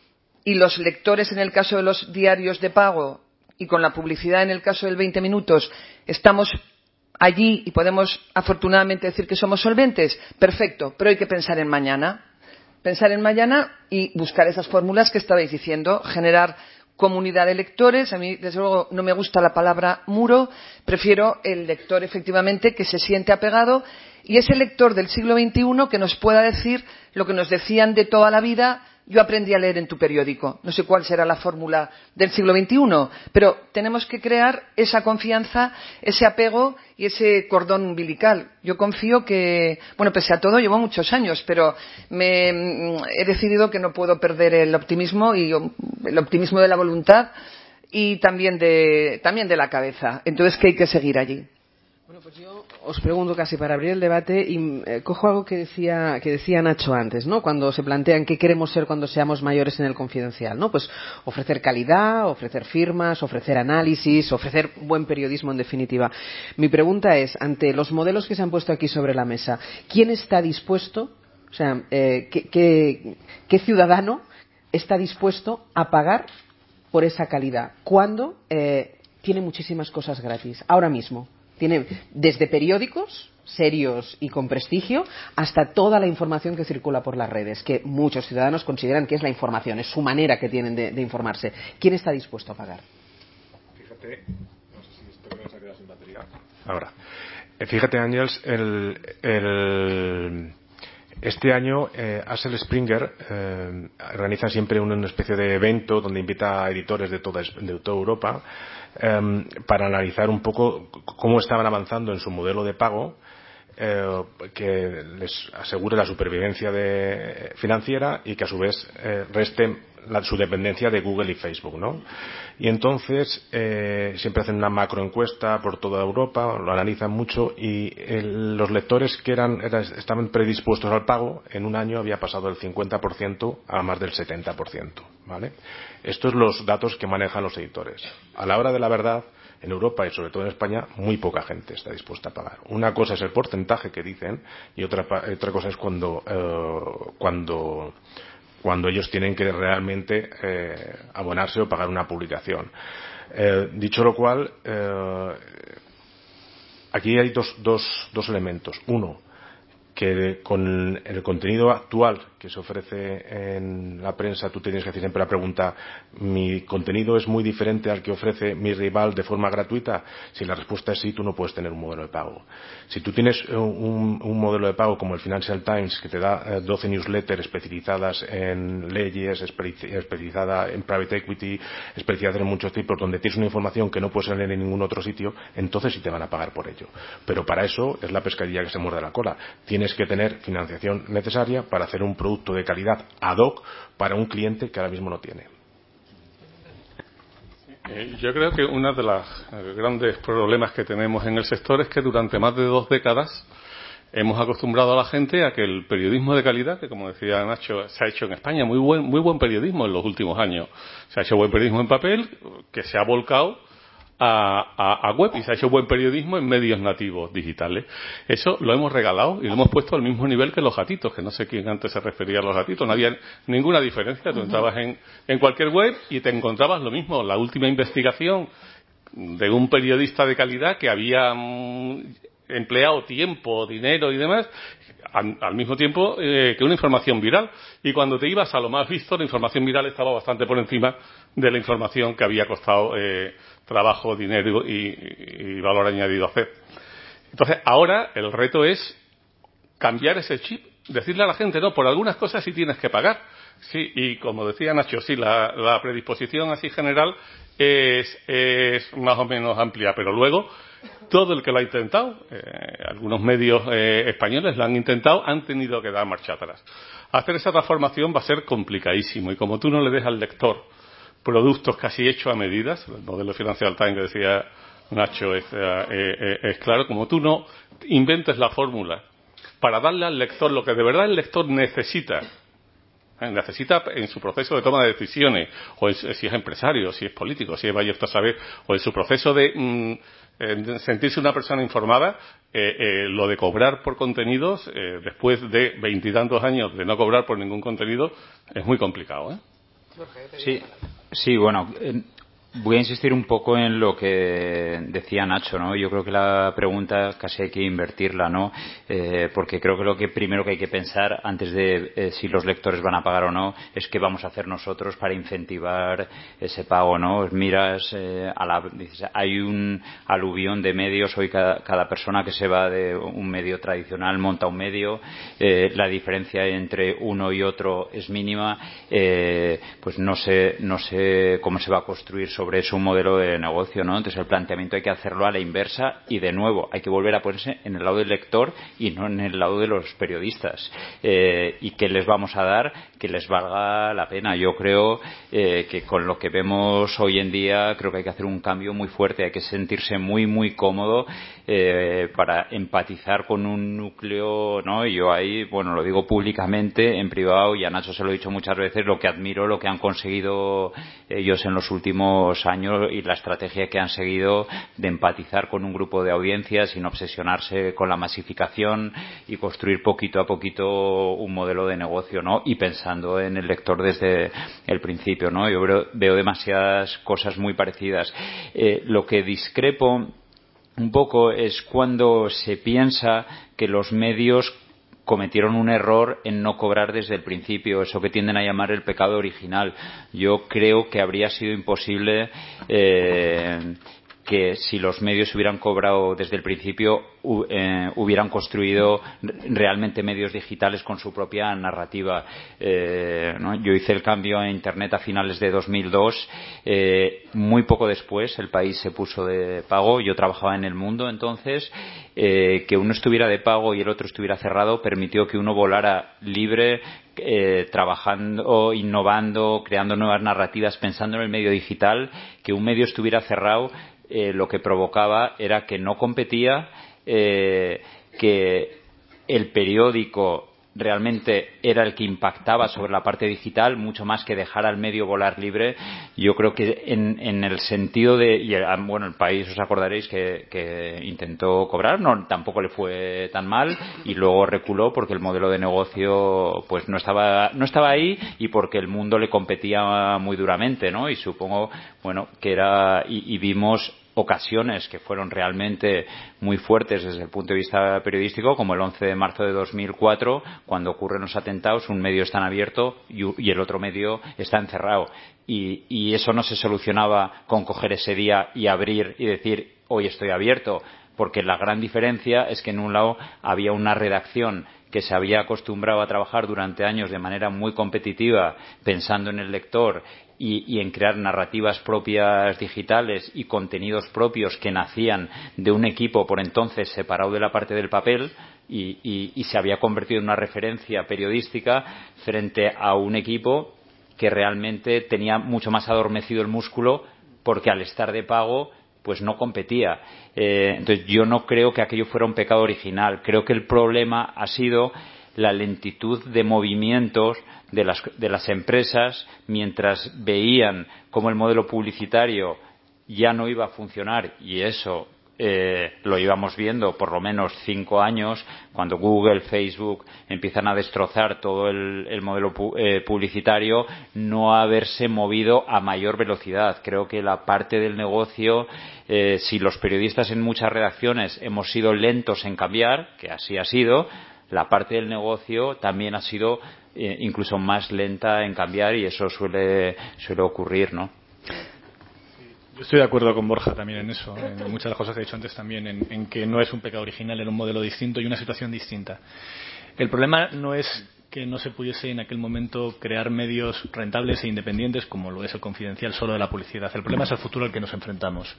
Speaker 6: y los lectores en el caso de los diarios de pago y con la publicidad en el caso del veinte minutos estamos allí y podemos afortunadamente decir que somos solventes, perfecto, pero hay que pensar en mañana. Pensar en mañana y buscar esas fórmulas que estabais diciendo, generar comunidad de lectores. A mí, desde luego, no me gusta la palabra muro, prefiero el lector efectivamente que se siente apegado y ese lector del siglo veintiuno que nos pueda decir lo que nos decían de toda la vida. Yo aprendí a leer en tu periódico. No sé cuál será la fórmula del siglo veintiuno, pero tenemos que crear esa confianza, ese apego y ese cordón umbilical. Yo confío que, bueno, pese a todo, llevo muchos años, pero me, he decidido que no puedo perder el optimismo y el optimismo de la voluntad y también de, también de la cabeza. Entonces, que hay que seguir allí.
Speaker 1: Bueno, pues yo os pregunto casi para abrir el debate y eh, cojo algo que decía que decía Nacho antes, ¿no? Cuando se plantean qué queremos ser cuando seamos mayores en el confidencial, ¿no? Pues ofrecer calidad, ofrecer firmas, ofrecer análisis, ofrecer buen periodismo en definitiva. Mi pregunta es, ante los modelos que se han puesto aquí sobre la mesa, ¿quién está dispuesto, o sea, eh, ¿qué, qué, qué ciudadano está dispuesto a pagar por esa calidad cuando eh, tiene muchísimas cosas gratis ahora mismo? Tiene desde periódicos serios y con prestigio hasta toda la información que circula por las redes, que muchos ciudadanos consideran que es la información, es su manera que tienen de, de informarse. ¿Quién está dispuesto a pagar?
Speaker 5: Fíjate, no sé si esto me se ha quedado sin batería. Ahora, fíjate, Ángels, el, el, este año eh, Axel Springer eh, organiza siempre una, una especie de evento donde invita a editores de toda, de toda Europa eh, para analizar un poco cómo estaban avanzando en su modelo de pago eh, que les asegure la supervivencia de, financiera y que a su vez eh, reste la, su dependencia de Google y Facebook, ¿no? Y entonces eh, siempre hacen una macroencuesta por toda Europa, lo analizan mucho y el, los lectores que eran, eran estaban predispuestos al pago en un año había pasado del cincuenta por ciento a más del setenta por ciento, ¿vale? Estos son los datos que manejan los editores. A la hora de la verdad, en Europa y sobre todo en España, muy poca gente está dispuesta a pagar. Una cosa es el porcentaje que dicen y otra, otra cosa es cuando eh, cuando cuando ellos tienen que realmente eh, abonarse o pagar una publicación. Eh, dicho lo cual, eh, aquí hay dos, dos, dos elementos. Uno, que con el contenido actual que se ofrece en la prensa tú tienes que hacer siempre la pregunta, ¿mi contenido es muy diferente al que ofrece mi rival de forma gratuita? Si la respuesta es sí, tú no puedes tener un modelo de pago. Si tú tienes un, un modelo de pago como el Financial Times, que te da doce newsletters especializadas en leyes, especializada en private equity, especializada en muchos tipos, donde tienes una información que no puedes leer en ningún otro sitio, entonces sí te van a pagar por ello. Pero para eso es la pescadilla que se muerde la cola. Tienes que tener financiación necesaria para hacer un producto de calidad ad hoc para un cliente que ahora mismo no tiene.
Speaker 4: Eh, yo creo que uno de los grandes problemas que tenemos en el sector es que durante más de dos décadas hemos acostumbrado a la gente a que el periodismo de calidad, que como decía Nacho, se ha hecho en España, muy buen, muy buen periodismo en los últimos años. Se ha hecho buen periodismo en papel, que se ha volcado a, a, a web, y se ha hecho buen periodismo en medios nativos digitales. Eso lo hemos regalado y lo hemos puesto al mismo nivel que los gatitos, que no sé quién antes se refería a los gatitos. No había ninguna diferencia. Tú entrabas en, en cualquier web y te encontrabas lo mismo. La última investigación de un periodista de calidad que había mm, empleado tiempo, dinero y demás, al, al mismo tiempo eh, que una información viral. Y cuando te ibas a lo más visto, la información viral estaba bastante por encima de la información que había costado eh, trabajo, dinero y, y valor añadido hacer. Entonces, ahora el reto es cambiar ese chip, decirle a la gente, no, por algunas cosas sí tienes que pagar. Sí, y como decía Nacho, sí, la, la predisposición así general es, es más o menos amplia, pero luego todo el que lo ha intentado, eh, algunos medios eh, españoles lo han intentado, han tenido que dar marcha atrás. Hacer esa transformación va a ser complicadísimo, y como tú no le des al lector productos casi hechos a medidas, el modelo Financial Times que decía Nacho es, eh, eh, es claro, como tú no inventes la fórmula para darle al lector lo que de verdad el lector necesita, ¿eh? necesita en su proceso de toma de decisiones, o en, si es empresario, si es político, si es vaya a saber, o en su proceso de mm, eh, sentirse una persona informada, eh, eh, lo de cobrar por contenidos, eh, después de veintitantos años de no cobrar por ningún contenido, es muy complicado, ¿eh?
Speaker 3: Sí, sí, bueno, eh, voy a insistir un poco en lo que decía Nacho, ¿no? Yo creo que la pregunta casi hay que invertirla, ¿no? Eh, porque creo que lo que primero que hay que pensar antes de eh, si los lectores van a pagar o no es qué vamos a hacer nosotros para incentivar ese pago, ¿no? Miras eh, a la, dices, hay un aluvión de medios, hoy cada, cada persona que se va de un medio tradicional monta un medio, eh, la diferencia entre uno y otro es mínima, eh, pues no sé, no sé cómo se va a construir sobre eso un modelo de negocio, ¿no? Entonces el planteamiento hay que hacerlo a la inversa, y de nuevo hay que volver a ponerse en el lado del lector y no en el lado de los periodistas. Eh, y qué les vamos a dar que les valga la pena. Yo creo eh, que con lo que vemos hoy en día creo que hay que hacer un cambio muy fuerte, hay que sentirse muy muy cómodo eh, para empatizar con un núcleo, ¿no? Y yo ahí, bueno, lo digo públicamente, en privado, y a Nacho se lo he dicho muchas veces, lo que admiro, lo que han conseguido ellos en los últimos años y la estrategia que han seguido de empatizar con un grupo de audiencias sin obsesionarse con la masificación y construir poquito a poquito un modelo de negocio, ¿no? Y pensando en el lector desde el principio, ¿no? Yo veo, veo demasiadas cosas muy parecidas. Eh, lo que discrepo un poco es cuando se piensa que los medios cometieron un error en no cobrar desde el principio, eso que tienden a llamar el pecado original. Yo creo que habría sido imposible eh, que si los medios hubieran cobrado desde el principio eh, hubieran construido realmente medios digitales con su propia narrativa. Eh, ¿no? Yo hice el cambio a Internet a finales de dos mil dos, eh, muy poco después el país se puso de pago. Yo trabajaba en El Mundo entonces, eh, que uno estuviera de pago y el otro estuviera cerrado permitió que uno volara libre, eh, trabajando, innovando, creando nuevas narrativas, pensando en el medio digital. Que un medio estuviera cerrado Eh, lo que provocaba era que no competía, eh, que el periódico realmente era el que impactaba sobre la parte digital mucho más que dejar al medio volar libre. Yo creo que en, en el sentido de, y bueno, el país os acordaréis que, que intentó cobrar, no, tampoco le fue tan mal, y luego reculó porque el modelo de negocio pues no estaba no estaba ahí, y porque el mundo le competía muy duramente, ¿no? Y supongo, bueno, que era, y, y vimos ocasiones que fueron realmente muy fuertes desde el punto de vista periodístico, como el once de marzo de dos mil cuatro, cuando ocurren los atentados, un medio está en abierto y, y el otro medio está encerrado. Y, y eso no se solucionaba con coger ese día y abrir y decir, hoy estoy abierto, porque la gran diferencia es que en un lado había una redacción que se había acostumbrado a trabajar durante años de manera muy competitiva, pensando en el lector y, y en crear narrativas propias digitales y contenidos propios que nacían de un equipo por entonces separado de la parte del papel, y, y, y se había convertido en una referencia periodística frente a un equipo que realmente tenía mucho más adormecido el músculo, porque al estar de pago pues no competía. Eh, entonces yo no creo que aquello fuera un pecado original. Creo que el problema ha sido la lentitud de movimientos de las, de las empresas mientras veían cómo el modelo publicitario ya no iba a funcionar, y eso eh, lo íbamos viendo por lo menos cinco años, cuando Google, Facebook empiezan a destrozar todo el, el modelo pu eh, publicitario, no haberse movido a mayor velocidad. Creo que la parte del negocio, eh, si los periodistas en muchas redacciones hemos sido lentos en cambiar, que así ha sido, la parte del negocio también ha sido eh, incluso más lenta en cambiar, y eso suele, suele ocurrir, ¿no?
Speaker 2: Yo estoy de acuerdo con Borja también en eso, en muchas de las cosas que he dicho antes también, en, en que no es un pecado original, era un modelo distinto y una situación distinta. El problema no es que no se pudiese en aquel momento crear medios rentables e independientes como lo es el Confidencial solo de la publicidad. El problema es el futuro al que nos enfrentamos,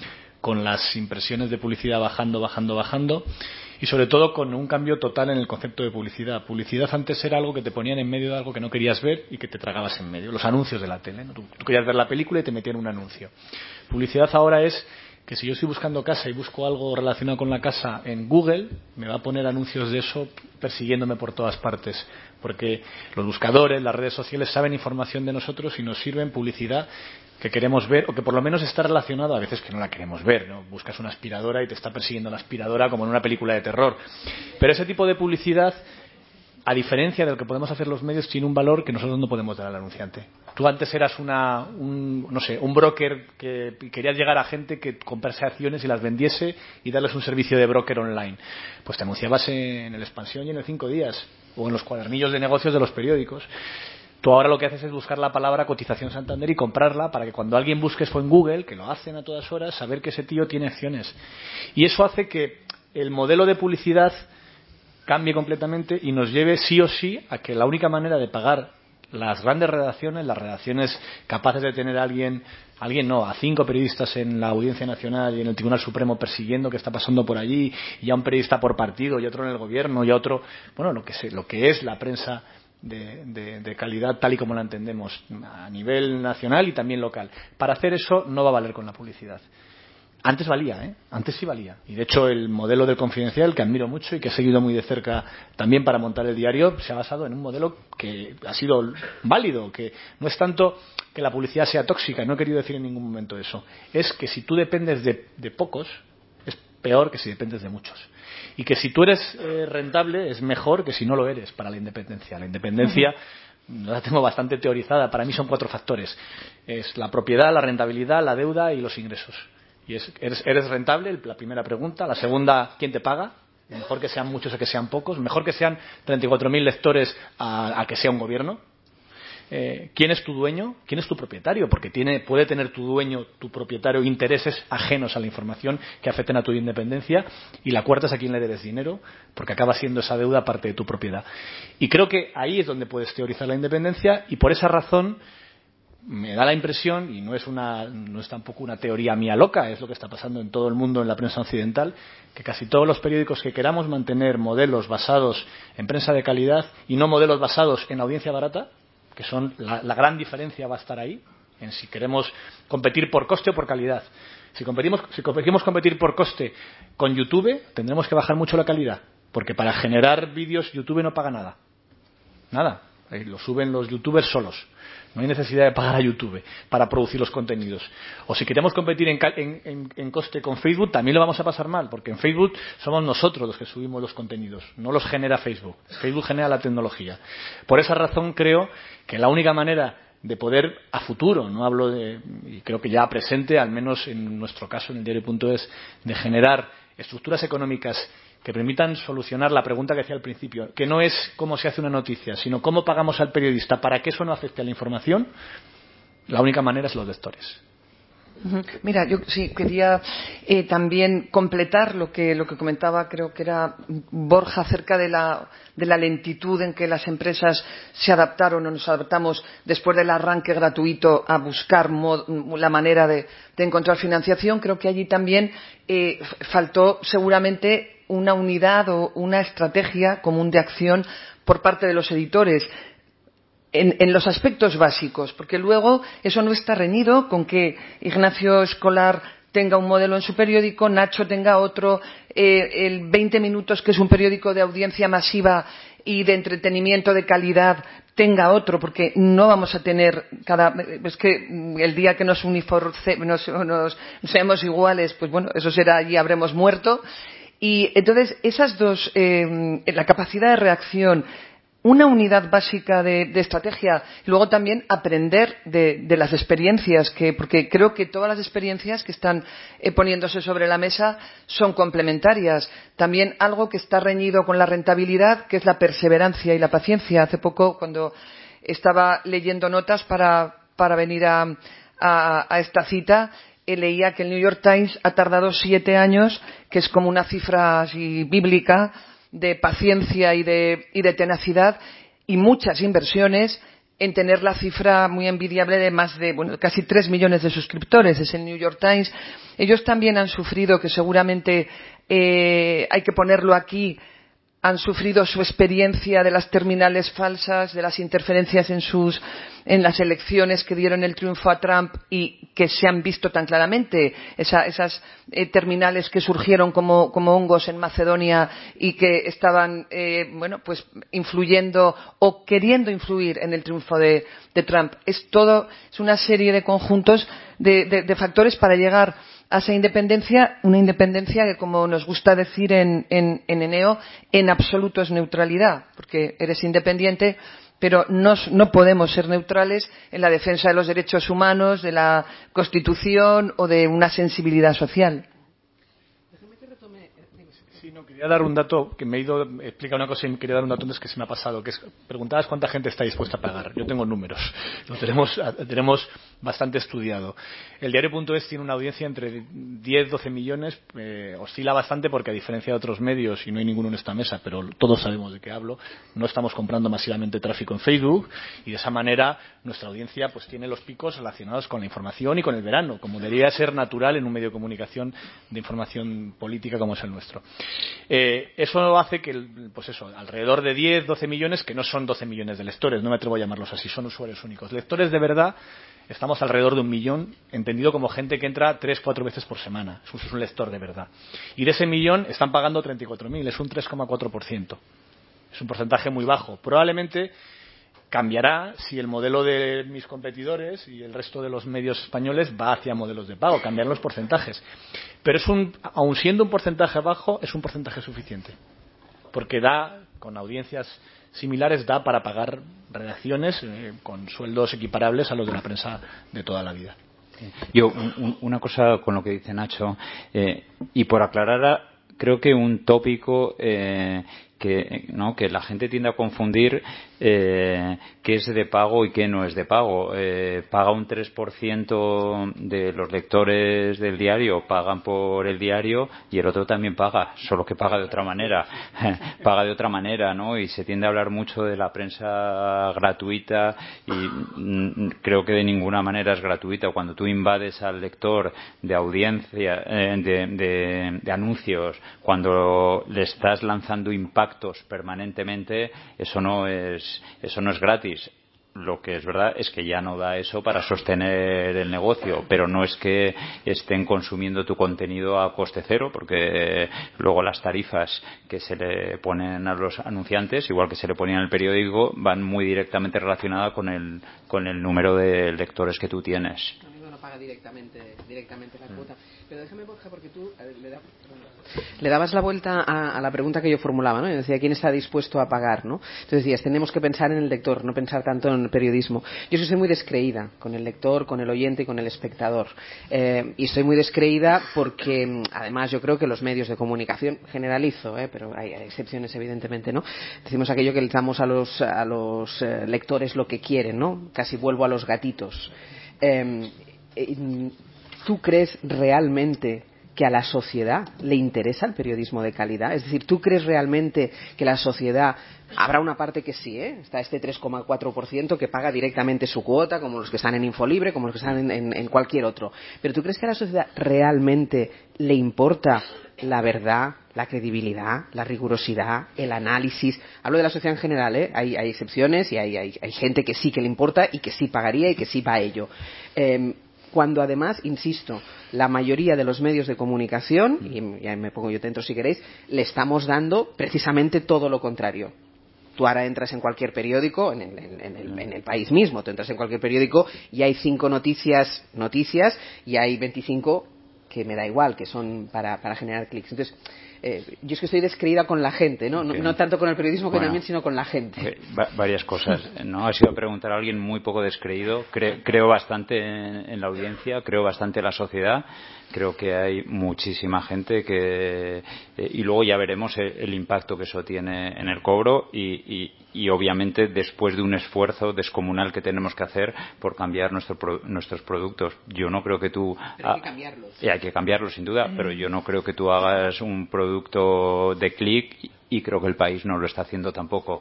Speaker 2: con las impresiones de publicidad bajando, bajando, bajando, y sobre todo con un cambio total en el concepto de publicidad. Publicidad antes era algo que te ponían en medio de algo que no querías ver y que te tragabas en medio. Los anuncios de la tele, ¿no? Tú, tú querías ver la película y te metían un anuncio. Publicidad ahora es que si yo estoy buscando casa y busco algo relacionado con la casa en Google, me va a poner anuncios de eso persiguiéndome por todas partes, porque los buscadores, las redes sociales saben información de nosotros y nos sirven publicidad que queremos ver, o que por lo menos está relacionado, a veces que no la queremos ver, ¿no? Buscas una aspiradora y te está persiguiendo la aspiradora como en una película de terror. Pero ese tipo de publicidad, a diferencia de lo que podemos hacer los medios, tiene un valor que nosotros no podemos dar al anunciante. Tú antes eras una, un, no sé, un broker que querías llegar a gente que comprase acciones y las vendiese y darles un servicio de broker online. Pues te anunciabas en el Expansión y en el Cinco Días, o en los cuadernillos de negocios de los periódicos. Tú ahora lo que haces es buscar la palabra cotización Santander y comprarla para que cuando alguien busque eso en Google, que lo hacen a todas horas, saber que ese tío tiene acciones. Y eso hace que el modelo de publicidad cambie completamente y nos lleve sí o sí a que la única manera de pagar las grandes redacciones, las redacciones capaces de tener a alguien, alguien no, a cinco periodistas en la Audiencia Nacional y en el Tribunal Supremo persiguiendo qué está pasando por allí, y a un periodista por partido y otro en el gobierno y a otro, bueno, lo que, se, lo que es la prensa De, de, de calidad tal y como la entendemos a nivel nacional y también local. Para hacer eso no va a valer con la publicidad. Antes valía, ¿eh? Antes sí valía. Y de hecho el modelo del Confidencial, que admiro mucho y que he seguido muy de cerca también para montar el diario, se ha basado en un modelo que ha sido válido, que no es tanto que la publicidad sea tóxica, no he querido decir en ningún momento eso. Es que si tú dependes de, de pocos, es peor que si dependes de muchos. Y que si tú eres eh, rentable es mejor que si no lo eres para la independencia. La independencia uh-huh. la tengo bastante teorizada. Para mí son cuatro factores. Es la propiedad, la rentabilidad, la deuda y los ingresos. Y es, ¿eres, eres rentable? La primera pregunta. La segunda, ¿quién te paga? Mejor que sean muchos a que sean pocos. Mejor que sean treinta y cuatro mil lectores a, a que sea un gobierno. Eh, ¿Quién es tu dueño? ¿Quién es tu propietario? Porque tiene, puede tener tu dueño, tu propietario, intereses ajenos a la información que afecten a tu independencia. Y la cuarta es a quién le debes dinero, porque acaba siendo esa deuda parte de tu propiedad. Y creo que ahí es donde puedes teorizar la independencia, y por esa razón me da la impresión, y no es, una, no es tampoco una teoría mía loca, es lo que está pasando en todo el mundo en la prensa occidental, que casi todos los periódicos que queramos mantener modelos basados en prensa de calidad y no modelos basados en audiencia barata, que son la, la gran diferencia va a estar ahí, en si queremos competir por coste o por calidad. Si competimos, si competimos competir por coste con YouTube, tendremos que bajar mucho la calidad, porque para generar vídeos YouTube no paga nada. Nada. Lo suben los youtubers solos. No hay necesidad de pagar a YouTube para producir los contenidos. O si queremos competir en, en, en, en coste con Facebook, también lo vamos a pasar mal, porque en Facebook somos nosotros los que subimos los contenidos, no los genera Facebook. Facebook genera la tecnología. Por esa razón creo que la única manera de poder a futuro, no hablo de, y creo que ya presente, al menos en nuestro caso en el diario punto es, de generar estructuras económicas que permitan solucionar la pregunta que hacía al principio, que no es cómo se hace una noticia, sino cómo pagamos al periodista para que eso no afecte a la información. La única manera es los lectores.
Speaker 6: Mira, yo sí quería eh, también completar lo que lo que comentaba, creo que era Borja, acerca de la de la lentitud en que las empresas se adaptaron o nos adaptamos después del arranque gratuito a buscar mod, la manera de, de encontrar financiación. Creo que allí también eh, faltó seguramente una unidad o una estrategia común de acción por parte de los editores. En, en los aspectos básicos, porque luego eso no está reñido con que Ignacio Escolar tenga un modelo en su periódico, Nacho tenga otro, eh, el veinte minutos, que es un periódico de audiencia masiva y de entretenimiento de calidad, tenga otro, porque no vamos a tener cada... Es que el día que nos uniforcemos, nos, nos seamos iguales, pues bueno, eso será, allí habremos muerto. Y entonces, esas dos, eh, la capacidad de reacción, una unidad básica de, de estrategia, y luego también aprender de, de las experiencias, que, porque creo que todas las experiencias que están eh, poniéndose sobre la mesa son complementarias. También algo que está reñido con la rentabilidad, que es la perseverancia y la paciencia. Hace poco, cuando estaba leyendo notas para, para venir a, a, a esta cita, eh, leía que el New York Times ha tardado siete años, que es como una cifra así bíblica, de paciencia y de, y de tenacidad, y muchas inversiones en tener la cifra muy envidiable de más de, bueno, casi tres millones de suscriptores. Es el New York Times. Ellos también han sufrido, que seguramente eh, hay que ponerlo aquí, han sufrido su experiencia de las terminales falsas, de las interferencias en sus en las elecciones que dieron el triunfo a Trump y que se han visto tan claramente, esa, esas eh, terminales que surgieron como, como hongos en Macedonia y que estaban eh, bueno, pues influyendo o queriendo influir en el triunfo de, de Trump. Es todo, es una serie de conjuntos de, de, de factores para llegar a esa independencia, una independencia que, como nos gusta decir en, en, en Eneo, en absoluto es neutralidad, porque eres independiente, pero no, no podemos ser neutrales en la defensa de los derechos humanos, de la Constitución o de una sensibilidad social.
Speaker 2: Sí, no, quería dar un dato que me he ido, explica una cosa y quería dar un dato antes que se me ha pasado, que es, preguntabas cuánta gente está dispuesta a pagar. Yo tengo números, lo tenemos, tenemos bastante estudiado. El diario.es tiene una audiencia entre diez, doce millones, eh, oscila bastante porque, a diferencia de otros medios, y no hay ninguno en esta mesa, pero todos sabemos de qué hablo, no estamos comprando masivamente tráfico en Facebook, y de esa manera nuestra audiencia pues tiene los picos relacionados con la información y con el verano, como debería ser natural en un medio de comunicación de información política como es el nuestro. Eh, eso hace que, pues eso, alrededor de diez, doce millones, que no son doce millones de lectores, no me atrevo a llamarlos así, son usuarios únicos. Lectores de verdad, estamos alrededor de un millón, entendido como gente que entra tres, cuatro veces por semana. Eso es un lector de verdad. Y de ese millón están pagando treinta y cuatro mil, es un tres coma cuatro por ciento. Es un porcentaje muy bajo. Probablemente cambiará si el modelo de mis competidores y el resto de los medios españoles va hacia modelos de pago, cambiarán los porcentajes. Pero es un, aun siendo un porcentaje bajo, es un porcentaje suficiente. Porque da, con audiencias similares, da para pagar redacciones eh, con sueldos equiparables a los de la prensa de toda la vida.
Speaker 3: Yo, un, una cosa con lo que dice Nacho, eh, y por aclarar, creo que un tópico eh, que, ¿no? que la gente tiende a confundir eh, qué es de pago y qué no es de pago. Eh, paga un tres por ciento de los lectores del diario, pagan por el diario, y el otro también paga, solo que paga de otra manera. Paga de otra manera, ¿no? Y se tiende a hablar mucho de la prensa gratuita, y mm, creo que de ninguna manera es gratuita. Cuando tú invades al lector de audiencia, eh, de, de, de anuncios, cuando le estás lanzando impactos permanentemente, eso no es eso no es gratis. Lo que es verdad es que ya no da eso para sostener el negocio, pero no es que estén consumiendo tu contenido a coste cero, porque luego las tarifas que se le ponen a los anunciantes, igual que se le ponían en el periódico, van muy directamente relacionadas con el con el número de lectores que tú tienes.
Speaker 1: No paga directamente directamente la cuota. Pero déjame, Borja, porque tú a ver, le, da, le dabas la vuelta a, a la pregunta que yo formulaba, ¿no? Y decía, ¿quién está dispuesto a pagar, ¿no? Entonces decías, tenemos que pensar en el lector, no pensar tanto en el periodismo. Yo soy muy descreída con el lector, con el oyente y con el espectador. Eh, y estoy muy descreída porque, además, yo creo que los medios de comunicación, generalizo, ¿eh? Pero hay, hay excepciones, evidentemente, ¿no? Decimos aquello que le damos a los, a los eh, lectores lo que quieren, ¿no? Casi vuelvo a los gatitos. Eh, ¿Tú crees realmente que a la sociedad le interesa el periodismo de calidad? Es decir, ¿tú crees realmente que la sociedad... Habrá una parte que sí, ¿eh? Está este tres coma cuatro por ciento que paga directamente su cuota, como los que están en Infolibre, como los que están en, en, en cualquier otro. Pero ¿tú crees que a la sociedad realmente le importa la verdad, la credibilidad, la rigurosidad, el análisis? Hablo de la sociedad en general, ¿eh? Hay, hay excepciones y hay, hay, hay gente que sí que le importa y que sí pagaría y que sí va a ello. Eh, cuando además, insisto, la mayoría de los medios de comunicación, y ya me pongo yo dentro si queréis, le estamos dando precisamente todo lo contrario. Tú ahora entras en cualquier periódico, en el, en, el, en el país mismo, tú entras en cualquier periódico y hay cinco noticias, noticias y hay veinticinco que me da igual, que son para, para generar clics. Entonces, eh, yo es que estoy descreída con la gente, ¿no? Okay. No, no tanto con el periodismo que bueno, también, sino con la gente.
Speaker 3: Okay. Va varias cosas, ¿no? Ha sido preguntar a alguien muy poco descreído. Cre creo bastante en, en la audiencia, creo bastante en la sociedad. Creo que hay muchísima gente que... Eh, y luego ya veremos el, el impacto que eso tiene en el cobro y, y, y obviamente después de un esfuerzo descomunal que tenemos que hacer por cambiar nuestro pro nuestros productos. Yo no creo que tú...
Speaker 1: Pero hay que cambiarlos.
Speaker 3: Eh, hay que cambiarlos sin duda, mm. pero yo no creo que tú hagas un producto de clic y creo que el país no lo está haciendo tampoco.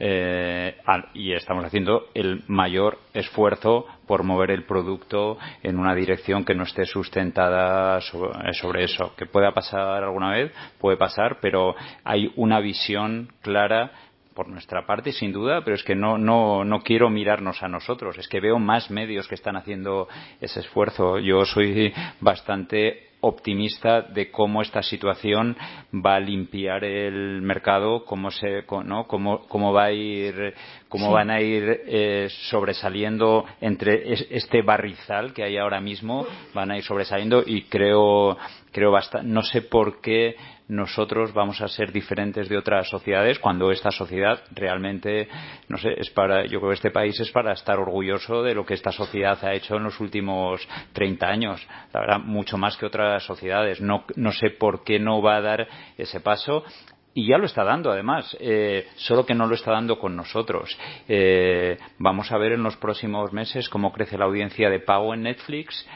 Speaker 3: Eh, y estamos haciendo el mayor esfuerzo por mover el producto en una dirección que no esté sustentada sobre, sobre eso. Que pueda pasar alguna vez, puede pasar, pero hay una visión clara por nuestra parte, sin duda, pero es que no, no, no quiero mirarnos a nosotros. Es que veo más medios que están haciendo ese esfuerzo. Yo soy bastante optimista de cómo esta situación va a limpiar el mercado, cómo se, ¿no? cómo, cómo va a ir, cómo sí. van a ir eh, sobresaliendo entre este barrizal que hay ahora mismo, van a ir sobresaliendo y creo, creo bastante, no sé por qué nosotros vamos a ser diferentes de otras sociedades cuando esta sociedad realmente, no sé, es para, yo creo que este país es para estar orgulloso de lo que esta sociedad ha hecho en los últimos treinta años, la verdad, mucho más que otras sociedades. No, no sé por qué no va a dar ese paso. Y ya lo está dando, además, eh, solo que no lo está dando con nosotros. Eh, vamos a ver en los próximos meses cómo crece la audiencia de pago en Netflix.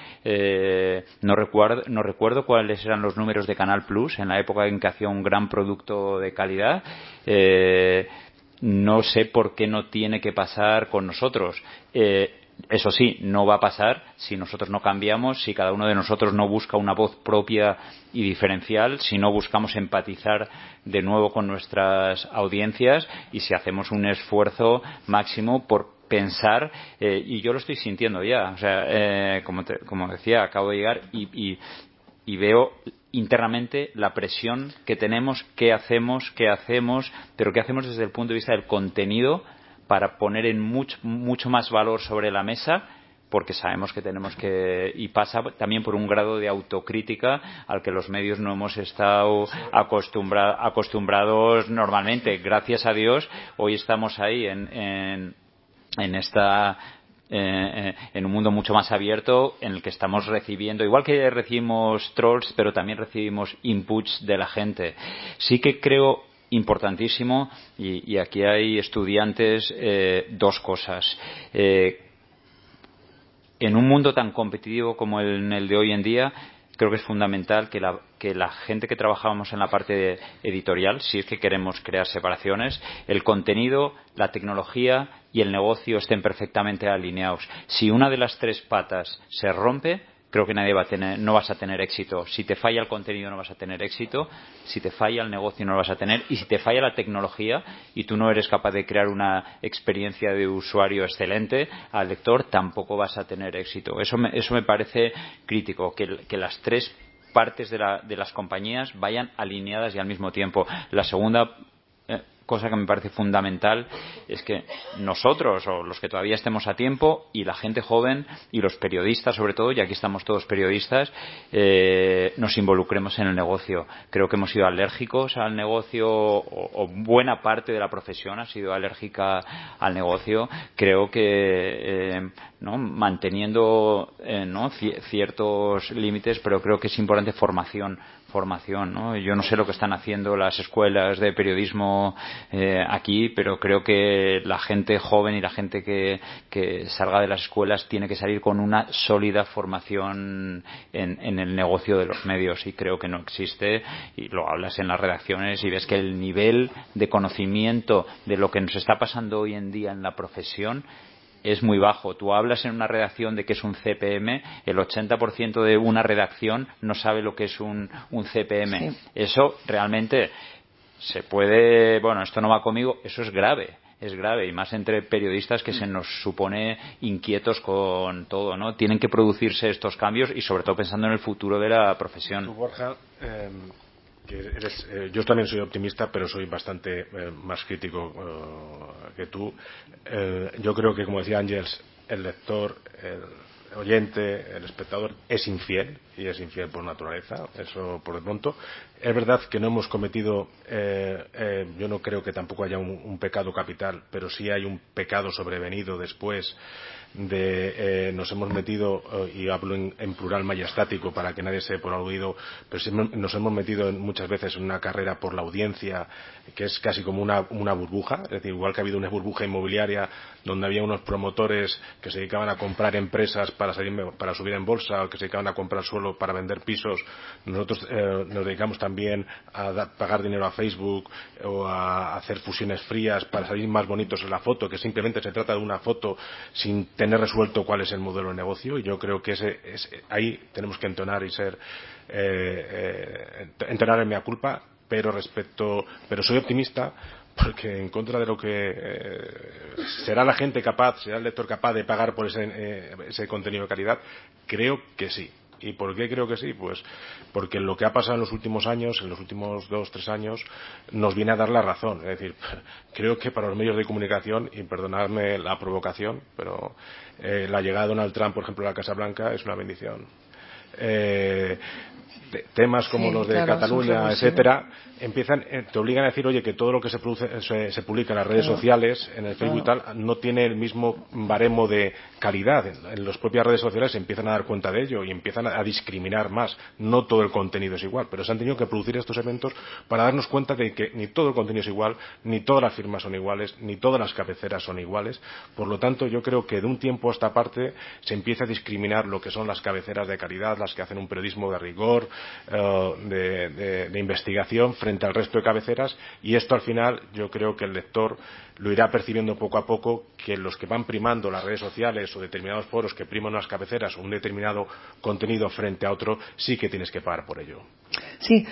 Speaker 3: Eh, no, recuerdo, no recuerdo cuáles eran los números de Canal Plus en la época en que hacía un gran producto de calidad. Eh, no sé por qué no tiene que pasar con nosotros. Eh, Eso sí, no va a pasar si nosotros no cambiamos, si cada uno de nosotros no busca una voz propia y diferencial, si no buscamos empatizar de nuevo con nuestras audiencias y si hacemos un esfuerzo máximo por pensar, eh, y yo lo estoy sintiendo ya, o sea, eh, como, te, como decía, acabo de llegar y, y, y veo internamente la presión que tenemos, qué hacemos, qué hacemos, pero qué hacemos desde el punto de vista del contenido para poner en mucho, mucho más valor sobre la mesa, porque sabemos que tenemos que... Y pasa también por un grado de autocrítica al que los medios no hemos estado acostumbra, acostumbrados normalmente. Gracias a Dios, hoy estamos ahí en, en, en esta... Eh, en un mundo mucho más abierto en el que estamos recibiendo, igual que recibimos trolls, pero también recibimos inputs de la gente. Sí que creo importantísimo, y, y aquí hay estudiantes, eh, dos cosas. Eh, en un mundo tan competitivo como el, en el de hoy en día, creo que es fundamental que la, que la gente que trabajamos en la parte editorial, si es que queremos crear separaciones, el contenido, la tecnología y el negocio estén perfectamente alineados. Si una de las tres patas se rompe, creo que nadie va a tener, no vas a tener éxito. Si te falla el contenido no vas a tener éxito, si te falla el negocio no lo vas a tener, y si te falla la tecnología y tú no eres capaz de crear una experiencia de usuario excelente al lector, tampoco vas a tener éxito. Eso me, eso me parece crítico, que, que las tres partes de, la, de las compañías vayan alineadas y al mismo tiempo. La segunda eh, cosa que me parece fundamental es que nosotros, o los que todavía estemos a tiempo, y la gente joven y los periodistas sobre todo, y aquí estamos todos periodistas, eh, nos involucremos en el negocio. Creo que hemos sido alérgicos al negocio, o, o buena parte de la profesión ha sido alérgica al negocio. Creo que eh, ¿no? manteniendo eh, ¿no? ciertos límites, pero creo que es importante formación formación, ¿no? Yo no sé lo que están haciendo las escuelas de periodismo eh, aquí, pero creo que la gente joven y la gente que, que salga de las escuelas tiene que salir con una sólida formación en, en el negocio de los medios, y creo que no existe, y lo hablas en las redacciones y ves que el nivel de conocimiento de lo que nos está pasando hoy en día en la profesión es muy bajo. Tú hablas en una redacción de que es un C P M, el ochenta por ciento de una redacción no sabe lo que es un, un C P M. Sí. Eso realmente se puede... Bueno, esto no va conmigo, eso es grave. es grave, y más entre periodistas que se nos supone inquietos con todo, ¿no? Tienen que producirse estos cambios y sobre todo pensando en el futuro de la profesión.
Speaker 5: Tú, Borja, eh, que eres, eh, yo también soy optimista, pero soy bastante eh, más crítico eh, que tú. Eh, yo creo que, como decía Ángels, el lector, el oyente, el espectador es infiel, y es infiel por naturaleza, eso por de pronto. Es verdad que no hemos cometido, eh, eh, yo no creo que tampoco haya un, un pecado capital, pero sí hay un pecado sobrevenido después de eh, nos hemos metido, eh, y hablo en, en plural majestático para que nadie se dé por aludido, pero sí nos hemos metido en, muchas veces en una carrera por la audiencia que es casi como una, una burbuja, es decir, igual que ha habido una burbuja inmobiliaria donde había unos promotores que se dedicaban a comprar empresas para, salir, para subir en bolsa, o que se dedicaban a comprar suelo para vender pisos. Nosotros eh, nos dedicamos también a da, pagar dinero a Facebook o a hacer fusiones frías para salir más bonitos en la foto, que simplemente se trata de una foto sin tener resuelto cuál es el modelo de negocio, y yo creo que ese, ese, ahí tenemos que entonar y ser eh, eh, entonar en mea culpa, pero respecto pero soy optimista porque en contra de lo que eh, será la gente capaz, será el lector capaz de pagar por ese, eh, ese contenido de calidad, creo que sí. ¿Y por qué creo que sí? Pues porque lo que ha pasado en los últimos años, en los últimos dos, tres años, nos viene a dar la razón. Es decir, creo que para los medios de comunicación, y perdonadme la provocación, pero eh, la llegada de Donald Trump, por ejemplo, a la Casa Blanca es una bendición. Eh, de, temas como sí, los de claro, Cataluña, etcétera, empiezan, eh, te obligan a decir, oye, que todo lo que se produce, se, se publica en las redes claro. sociales, en el Facebook claro. y tal, no tiene el mismo baremo de calidad. En, en las propias redes sociales se empiezan a dar cuenta de ello y empiezan a, a discriminar más. No todo el contenido es igual, pero se han tenido que producir estos eventos para darnos cuenta de que ni todo el contenido es igual, ni todas las firmas son iguales, ni todas las cabeceras son iguales. Por lo tanto, yo creo que de un tiempo a esta parte se empieza a discriminar lo que son las cabeceras de calidad, las que hacen un periodismo de rigor, uh, de, de, de investigación frente al resto de cabeceras, y esto al final yo creo que el lector lo irá percibiendo poco a poco, que los que van primando las redes sociales o determinados foros que priman unas cabeceras o un determinado contenido frente a otro, sí que tienes que pagar por ello.
Speaker 6: Sí,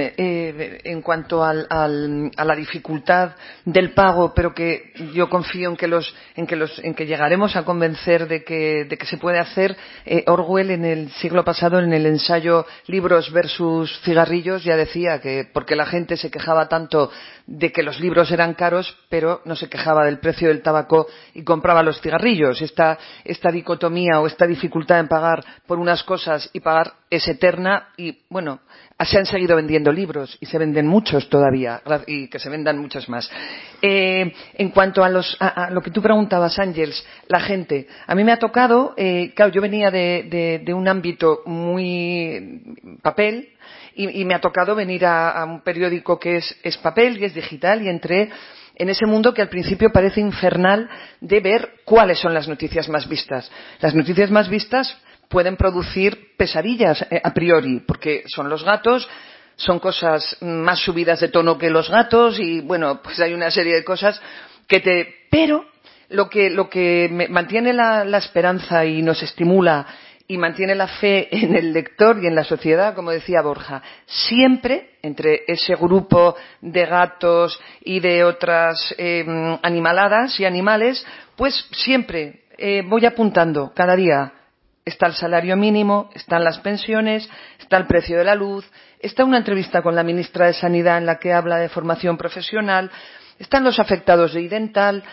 Speaker 6: eh, en cuanto al, al, a la dificultad del pago, pero que yo confío en que los, en que los, en que llegaremos a convencer de que, de que se puede hacer. Eh, Orwell en el siglo pasado, en el ensayo Libros versus cigarrillos, ya decía que porque la gente se quejaba tanto de que los libros eran caros, pero no se quejaba del precio del tabaco y compraba los cigarrillos. Esta, esta dicotomía o esta dificultad en pagar por unas cosas y pagar es eterna, y bueno, se han seguido vendiendo libros y se venden muchos todavía, y que se vendan muchos más. Eh, en cuanto a, los, a, a lo que tú preguntabas, Ángels, la gente, a mí me ha tocado, eh, claro, yo venía de, de, de un ámbito muy papel, y, y me ha tocado venir a, a un periódico que es, es papel y es digital, y entré en ese mundo que al principio parece infernal de ver cuáles son las noticias más vistas. Las noticias más vistas pueden producir pesadillas eh, a priori, porque son los gatos, son cosas más subidas de tono que los gatos, y bueno, pues hay una serie de cosas que te... Pero lo que, lo que me mantiene la, la esperanza y nos estimula y mantiene la fe en el lector y en la sociedad, como decía Borja, siempre entre ese grupo de gatos y de otras eh, animaladas y animales, pues siempre eh, voy apuntando cada día. Está el salario mínimo, están las pensiones, está el precio de la luz, está una entrevista con la ministra de Sanidad en la que habla de formación profesional, están los afectados de Idental.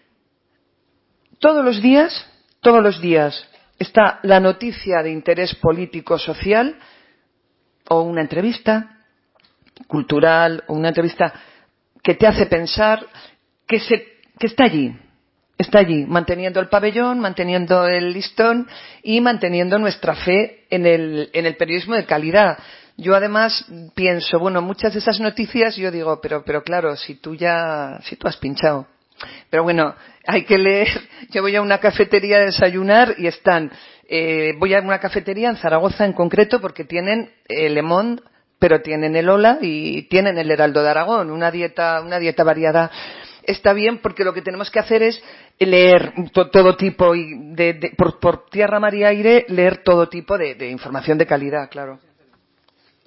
Speaker 6: Todos los días, todos los días está la noticia de interés político social, o una entrevista cultural, o una entrevista que te hace pensar, que, se, que está allí. Está allí, manteniendo el pabellón, manteniendo el listón y manteniendo nuestra fe en el, en el periodismo de calidad. Yo además pienso, bueno, muchas de esas noticias yo digo, pero, pero claro, si tú ya, si tú has pinchado. Pero bueno, hay que leer. Yo voy a una cafetería a desayunar y están, eh, voy a una cafetería en Zaragoza en concreto porque tienen el Le Monde, pero tienen el Hola y tienen el Heraldo de Aragón, una dieta, una dieta variada. Está bien, porque lo que tenemos que hacer es leer to, todo tipo y de, de, por, por tierra, mar y aire, leer todo tipo de, de información de calidad, claro.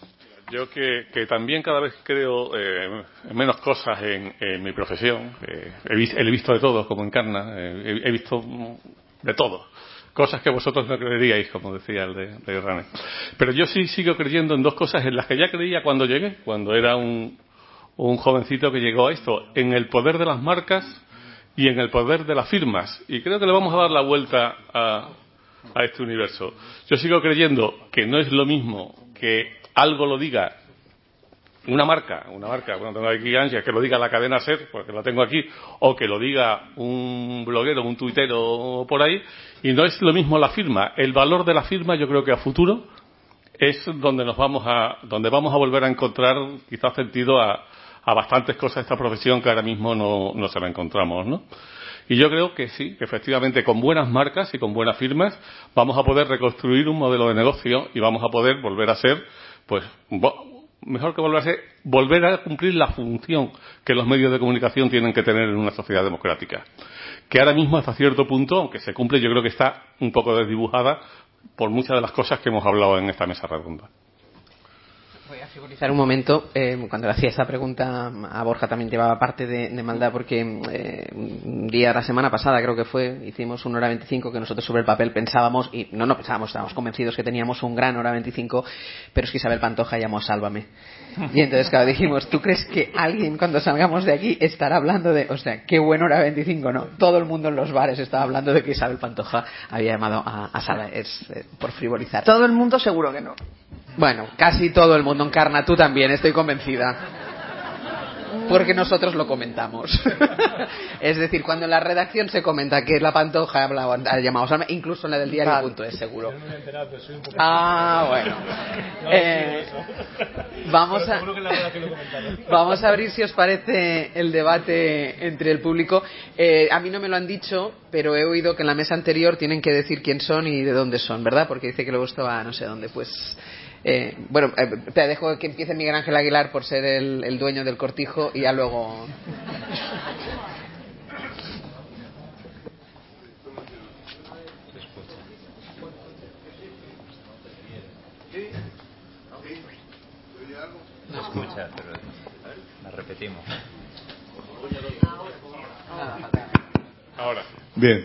Speaker 4: Yo que, que también cada vez creo eh, menos cosas en, en mi profesión. Eh, he, vis, he visto de todo, como Encarna. Eh, he, he visto de todo. Cosas que vosotros no creeríais, como decía el de, de Rane. Pero yo sí sigo creyendo en dos cosas en las que ya creía cuando llegué, cuando era un, un jovencito que llegó a esto. En el poder de las marcas y en el poder de las firmas. Y creo que le vamos a dar la vuelta a, a este universo. Yo sigo creyendo que no es lo mismo que algo lo diga una marca, una marca, bueno, tengo aquí ansia, que lo diga la cadena SER, porque la tengo aquí, o que lo diga un bloguero, un tuitero por ahí, y no es lo mismo la firma. El valor de la firma, yo creo que a futuro es donde nos vamos a, donde vamos a volver a encontrar quizás sentido a, a bastantes cosas de esta profesión que ahora mismo no, no se la encontramos, ¿no? Y yo creo que sí, que efectivamente con buenas marcas y con buenas firmas vamos a poder reconstruir un modelo de negocio y vamos a poder volver a ser, pues, mejor que volver a ser, volver a cumplir la función que los medios de comunicación tienen que tener en una sociedad democrática. Que ahora mismo, hasta cierto punto, aunque se cumple, yo creo que está un poco desdibujada por muchas de las cosas que hemos hablado en esta mesa redonda.
Speaker 1: Voy a frivolizar un momento. Eh, cuando le hacía esa pregunta a Borja también llevaba parte de, de maldad, porque eh, un día, la semana pasada creo que fue, hicimos un hora veinticinco que nosotros sobre el papel pensábamos, y no, no pensábamos, estábamos convencidos que teníamos un gran hora veinticinco, pero es que Isabel Pantoja llamó Sálvame. Y entonces, claro, dijimos, ¿tú crees que alguien cuando salgamos de aquí estará hablando de, o sea, qué buena hora veinticinco? No, todo el mundo en los bares estaba hablando de que Isabel Pantoja había llamado a, a Sálvame, es eh, por frivolizar.
Speaker 6: Todo el mundo seguro que no.
Speaker 1: Bueno, casi todo el mundo. Encarna, tú también, estoy convencida. Porque nosotros lo comentamos. Es decir, cuando en la redacción se comenta que la Pantoja ha hablado, ha llamado Salma, incluso en la del diario, punto es seguro.
Speaker 2: Yo no me he enterado, pero soy un poco...
Speaker 1: Ah, bueno.
Speaker 2: No,
Speaker 1: eh, vamos a vamos a abrir, si os parece, el debate entre el público. Eh, a mí no me lo han dicho, pero he oído que en la mesa anterior tienen que decir quién son y de dónde son, ¿verdad? Porque dice que luego estaba no sé dónde, pues... Eh, bueno, eh, te dejo que empiece Miguel Ángel Aguilar por ser el, el dueño del cortijo y ya luego...
Speaker 3: No escucha, pero la repetimos.
Speaker 4: Ahora.
Speaker 7: Bien.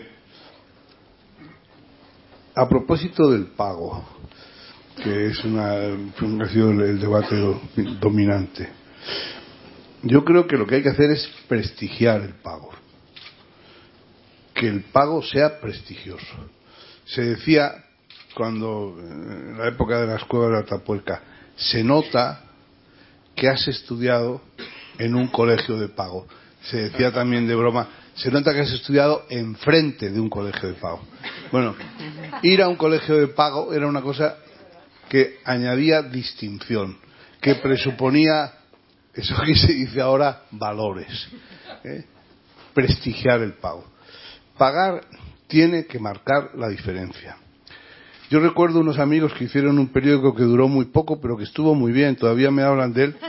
Speaker 7: A propósito del pago, que es una, ha sido el debate dominante. Yo creo que lo que hay que hacer es prestigiar el pago. Que el pago sea prestigioso. Se decía cuando, en la época de las cuevas de Atapuerca, se nota que has estudiado en un colegio de pago. Se decía también de broma, se nota que has estudiado enfrente de un colegio de pago. Bueno, ir a un colegio de pago era una cosa que añadía distinción, que presuponía eso que se dice ahora, valores. ¿eh? Prestigiar el pago. Pagar tiene que marcar la diferencia. Yo recuerdo unos amigos que hicieron un periódico que duró muy poco, pero que estuvo muy bien, todavía me hablan de él.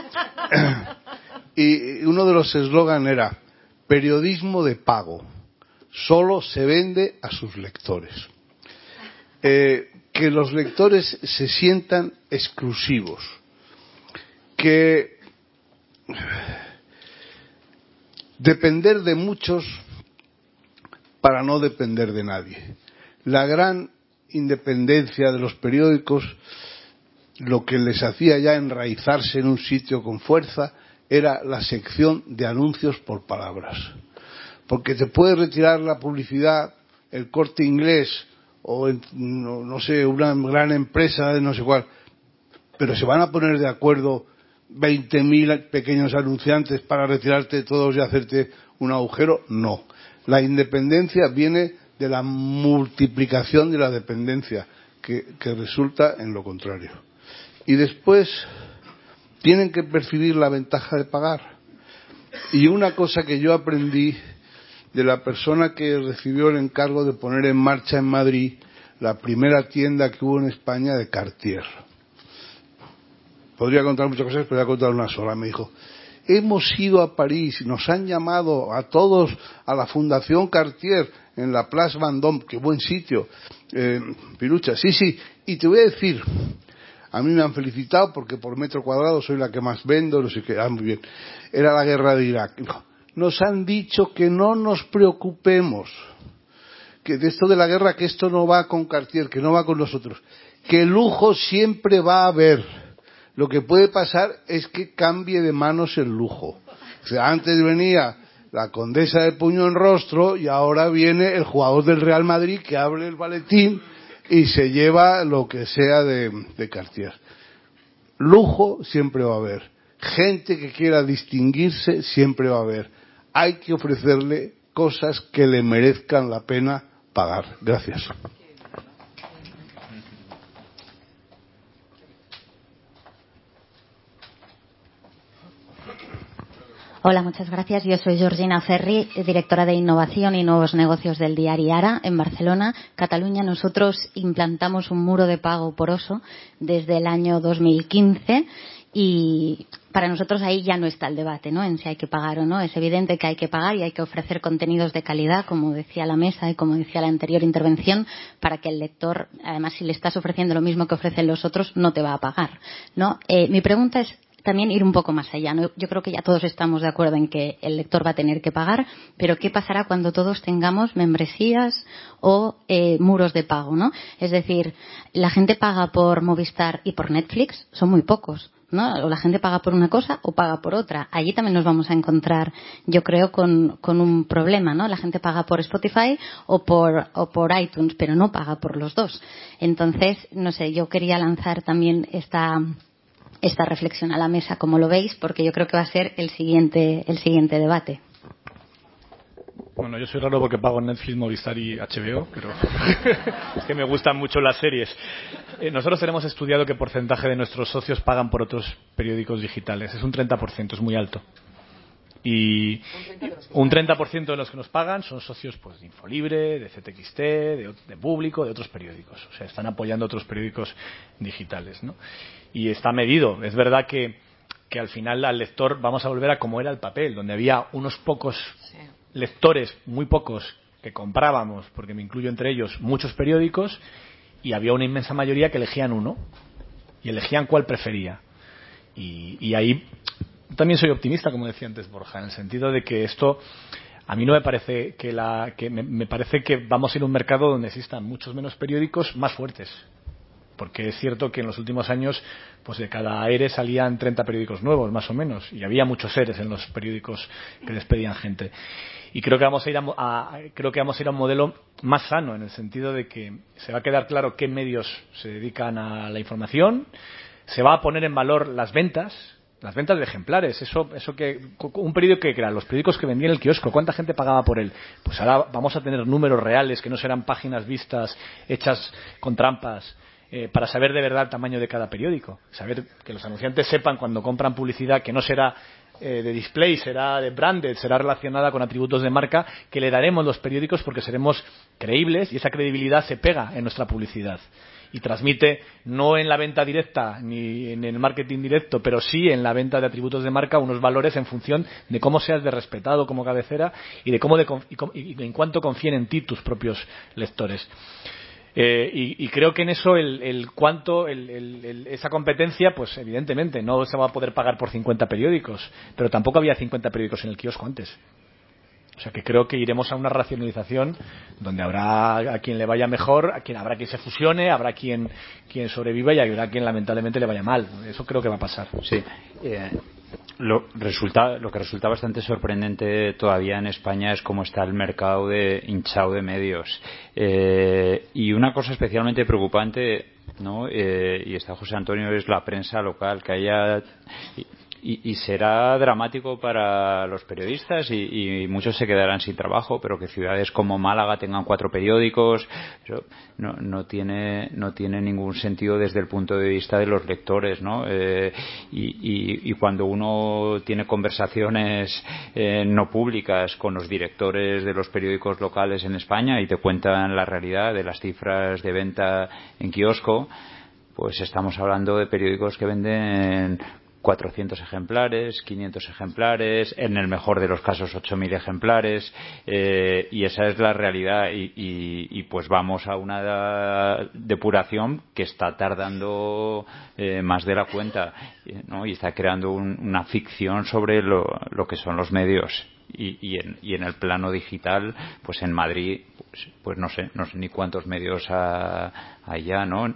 Speaker 7: Y uno de los eslogan era, periodismo de pago, solo se vende a sus lectores. Eh, que los lectores se sientan exclusivos, que depender de muchos para no depender de nadie. La gran independencia de los periódicos, lo que les hacía ya enraizarse en un sitio con fuerza, era la sección de anuncios por palabras. Porque te puede retirar la publicidad, el Corte Inglés, o no, no sé, una gran empresa de no sé cuál, pero se van a poner de acuerdo veinte mil pequeños anunciantes para retirarte todos y hacerte un agujero. No, la independencia viene de la multiplicación de la dependencia, que, que resulta en lo contrario. Y después tienen que percibir la ventaja de pagar. Y una cosa que yo aprendí de la persona que recibió el encargo de poner en marcha en Madrid la primera tienda que hubo en España de Cartier. Podría contar muchas cosas, pero voy a contar una sola. Me dijo, hemos ido a París, nos han llamado a todos a la Fundación Cartier en la Place Vendôme, qué buen sitio, eh, Pirucha, sí, sí, y te voy a decir, A mí me han felicitado porque por metro cuadrado soy la que más vendo, no sé qué. Ah, muy bien. Era la guerra de Irak. No. Nos han dicho que no nos preocupemos, que de esto de la guerra, que esto no va con Cartier, que no va con nosotros, que lujo siempre va a haber. Lo que puede pasar es que cambie de manos el lujo. O sea, antes venía la condesa de puño en rostro y ahora viene el jugador del Real Madrid que abre el maletín y se lleva lo que sea de, de Cartier. Lujo siempre va a haber. Gente que quiera distinguirse siempre va a haber. Hay que ofrecerle cosas que le merezcan la pena pagar. Gracias.
Speaker 8: Hola, muchas gracias. Yo soy Georgina Ferri, directora de Innovación y Nuevos Negocios del diario Ara en Barcelona, Cataluña. Nosotros implantamos un muro de pago poroso desde el año dos mil quince y para nosotros ahí ya no está el debate, ¿no?, en si hay que pagar o no. Es evidente que hay que pagar y hay que ofrecer contenidos de calidad, como decía la mesa y como decía la anterior intervención, para que el lector, además, si le estás ofreciendo lo mismo que ofrecen los otros, no te va a pagar, ¿no? Eh, mi pregunta es también ir un poco más allá, ¿no? Yo creo que ya todos estamos de acuerdo en que el lector va a tener que pagar, pero ¿qué pasará cuando todos tengamos membresías o eh, muros de pago, ¿no? Es decir, la gente paga por Movistar y por Netflix, son muy pocos, ¿no? O la gente paga por una cosa o paga por otra. Allí también nos vamos a encontrar, yo creo, con, con un problema, ¿no? La gente paga por Spotify o por, o por iTunes, pero no paga por los dos. Entonces, no sé, yo quería lanzar también esta esta reflexión a la mesa, como lo veis, porque yo creo que va a ser el siguiente el siguiente debate.
Speaker 2: Bueno, yo soy raro porque pago Netflix, Movistar y H B O, pero es que me gustan mucho las series. Eh, nosotros tenemos estudiado qué porcentaje de nuestros socios pagan por otros periódicos digitales. Es un treinta por ciento, es muy alto. Y un treinta por ciento de los que nos pagan son socios, pues, de Infolibre, de C T X T, de, de Público, de otros periódicos. O sea, están apoyando otros periódicos digitales, ¿no? Y está medido. Es verdad que, que al final al lector vamos a volver a como era el papel, donde había unos pocos lectores, muy pocos, que comprábamos, porque me incluyo entre ellos, muchos periódicos, y había una inmensa mayoría que elegían uno y elegían cuál prefería. Y, y ahí también soy optimista, como decía antes Borja, en el sentido de que esto a mí no me parece que la que me, me parece que vamos a ir a un mercado donde existan muchos menos periódicos más fuertes, porque es cierto que en los últimos años, pues de cada ERE salían treinta periódicos nuevos, más o menos, y había muchos EREs en los periódicos que despedían gente. Y creo que vamos a ir a, a creo que vamos a ir a un modelo más sano, en el sentido de que se va a quedar claro qué medios se dedican a la información, se va a poner en valor las ventas, las ventas de ejemplares, eso eso que un periódico que era los periódicos que vendían en el kiosco, ¿cuánta gente pagaba por él? Pues ahora vamos a tener números reales, que no serán páginas vistas hechas con trampas, eh, para saber de verdad el tamaño de cada periódico, saber que los anunciantes sepan cuando compran publicidad que no será eh, de display, será de branded, será relacionada con atributos de marca que le daremos los periódicos porque seremos creíbles y esa credibilidad se pega en nuestra publicidad y transmite, no en la venta directa ni en el marketing directo, pero sí en la venta de atributos de marca, unos valores en función de cómo seas de respetado como cabecera y de cómo de, y, y en cuánto confíen en ti tus propios lectores. Eh, y, y creo que en eso el, el cuánto el, el, el, esa competencia, pues evidentemente no se va a poder pagar por cincuenta periódicos, pero tampoco había cincuenta periódicos en el kiosco antes. O sea que creo que iremos a una racionalización donde habrá a quien le vaya mejor, a quien habrá quien se fusione, habrá quien quien sobreviva y habrá quien lamentablemente le vaya mal. Eso creo que va a pasar.
Speaker 3: Sí. Eh, lo resulta lo que resulta bastante sorprendente todavía en España es cómo está el mercado de hinchado de medios. Eh, y una cosa especialmente preocupante, ¿no? Eh, y está José Antonio, es la prensa local, que haya Y, y será dramático para los periodistas y, y muchos se quedarán sin trabajo, pero que ciudades como Málaga tengan cuatro periódicos, eso no, no tiene no tiene ningún sentido desde el punto de vista de los lectores, ¿no? Eh, y, y, y cuando uno tiene conversaciones eh, no públicas con los directores de los periódicos locales en España y te cuentan la realidad de las cifras de venta en kiosco, pues estamos hablando de periódicos que venden cuatrocientos ejemplares, quinientos ejemplares, en el mejor de los casos ocho mil ejemplares, eh, y esa es la realidad y, y, y pues vamos a una depuración que está tardando eh, más de la cuenta, ¿no? Y está creando un, una ficción sobre lo, lo que son los medios. Y, y, en, y en el plano digital, pues en Madrid, pues, pues no sé, no sé ni cuántos medios hay ya, ¿no?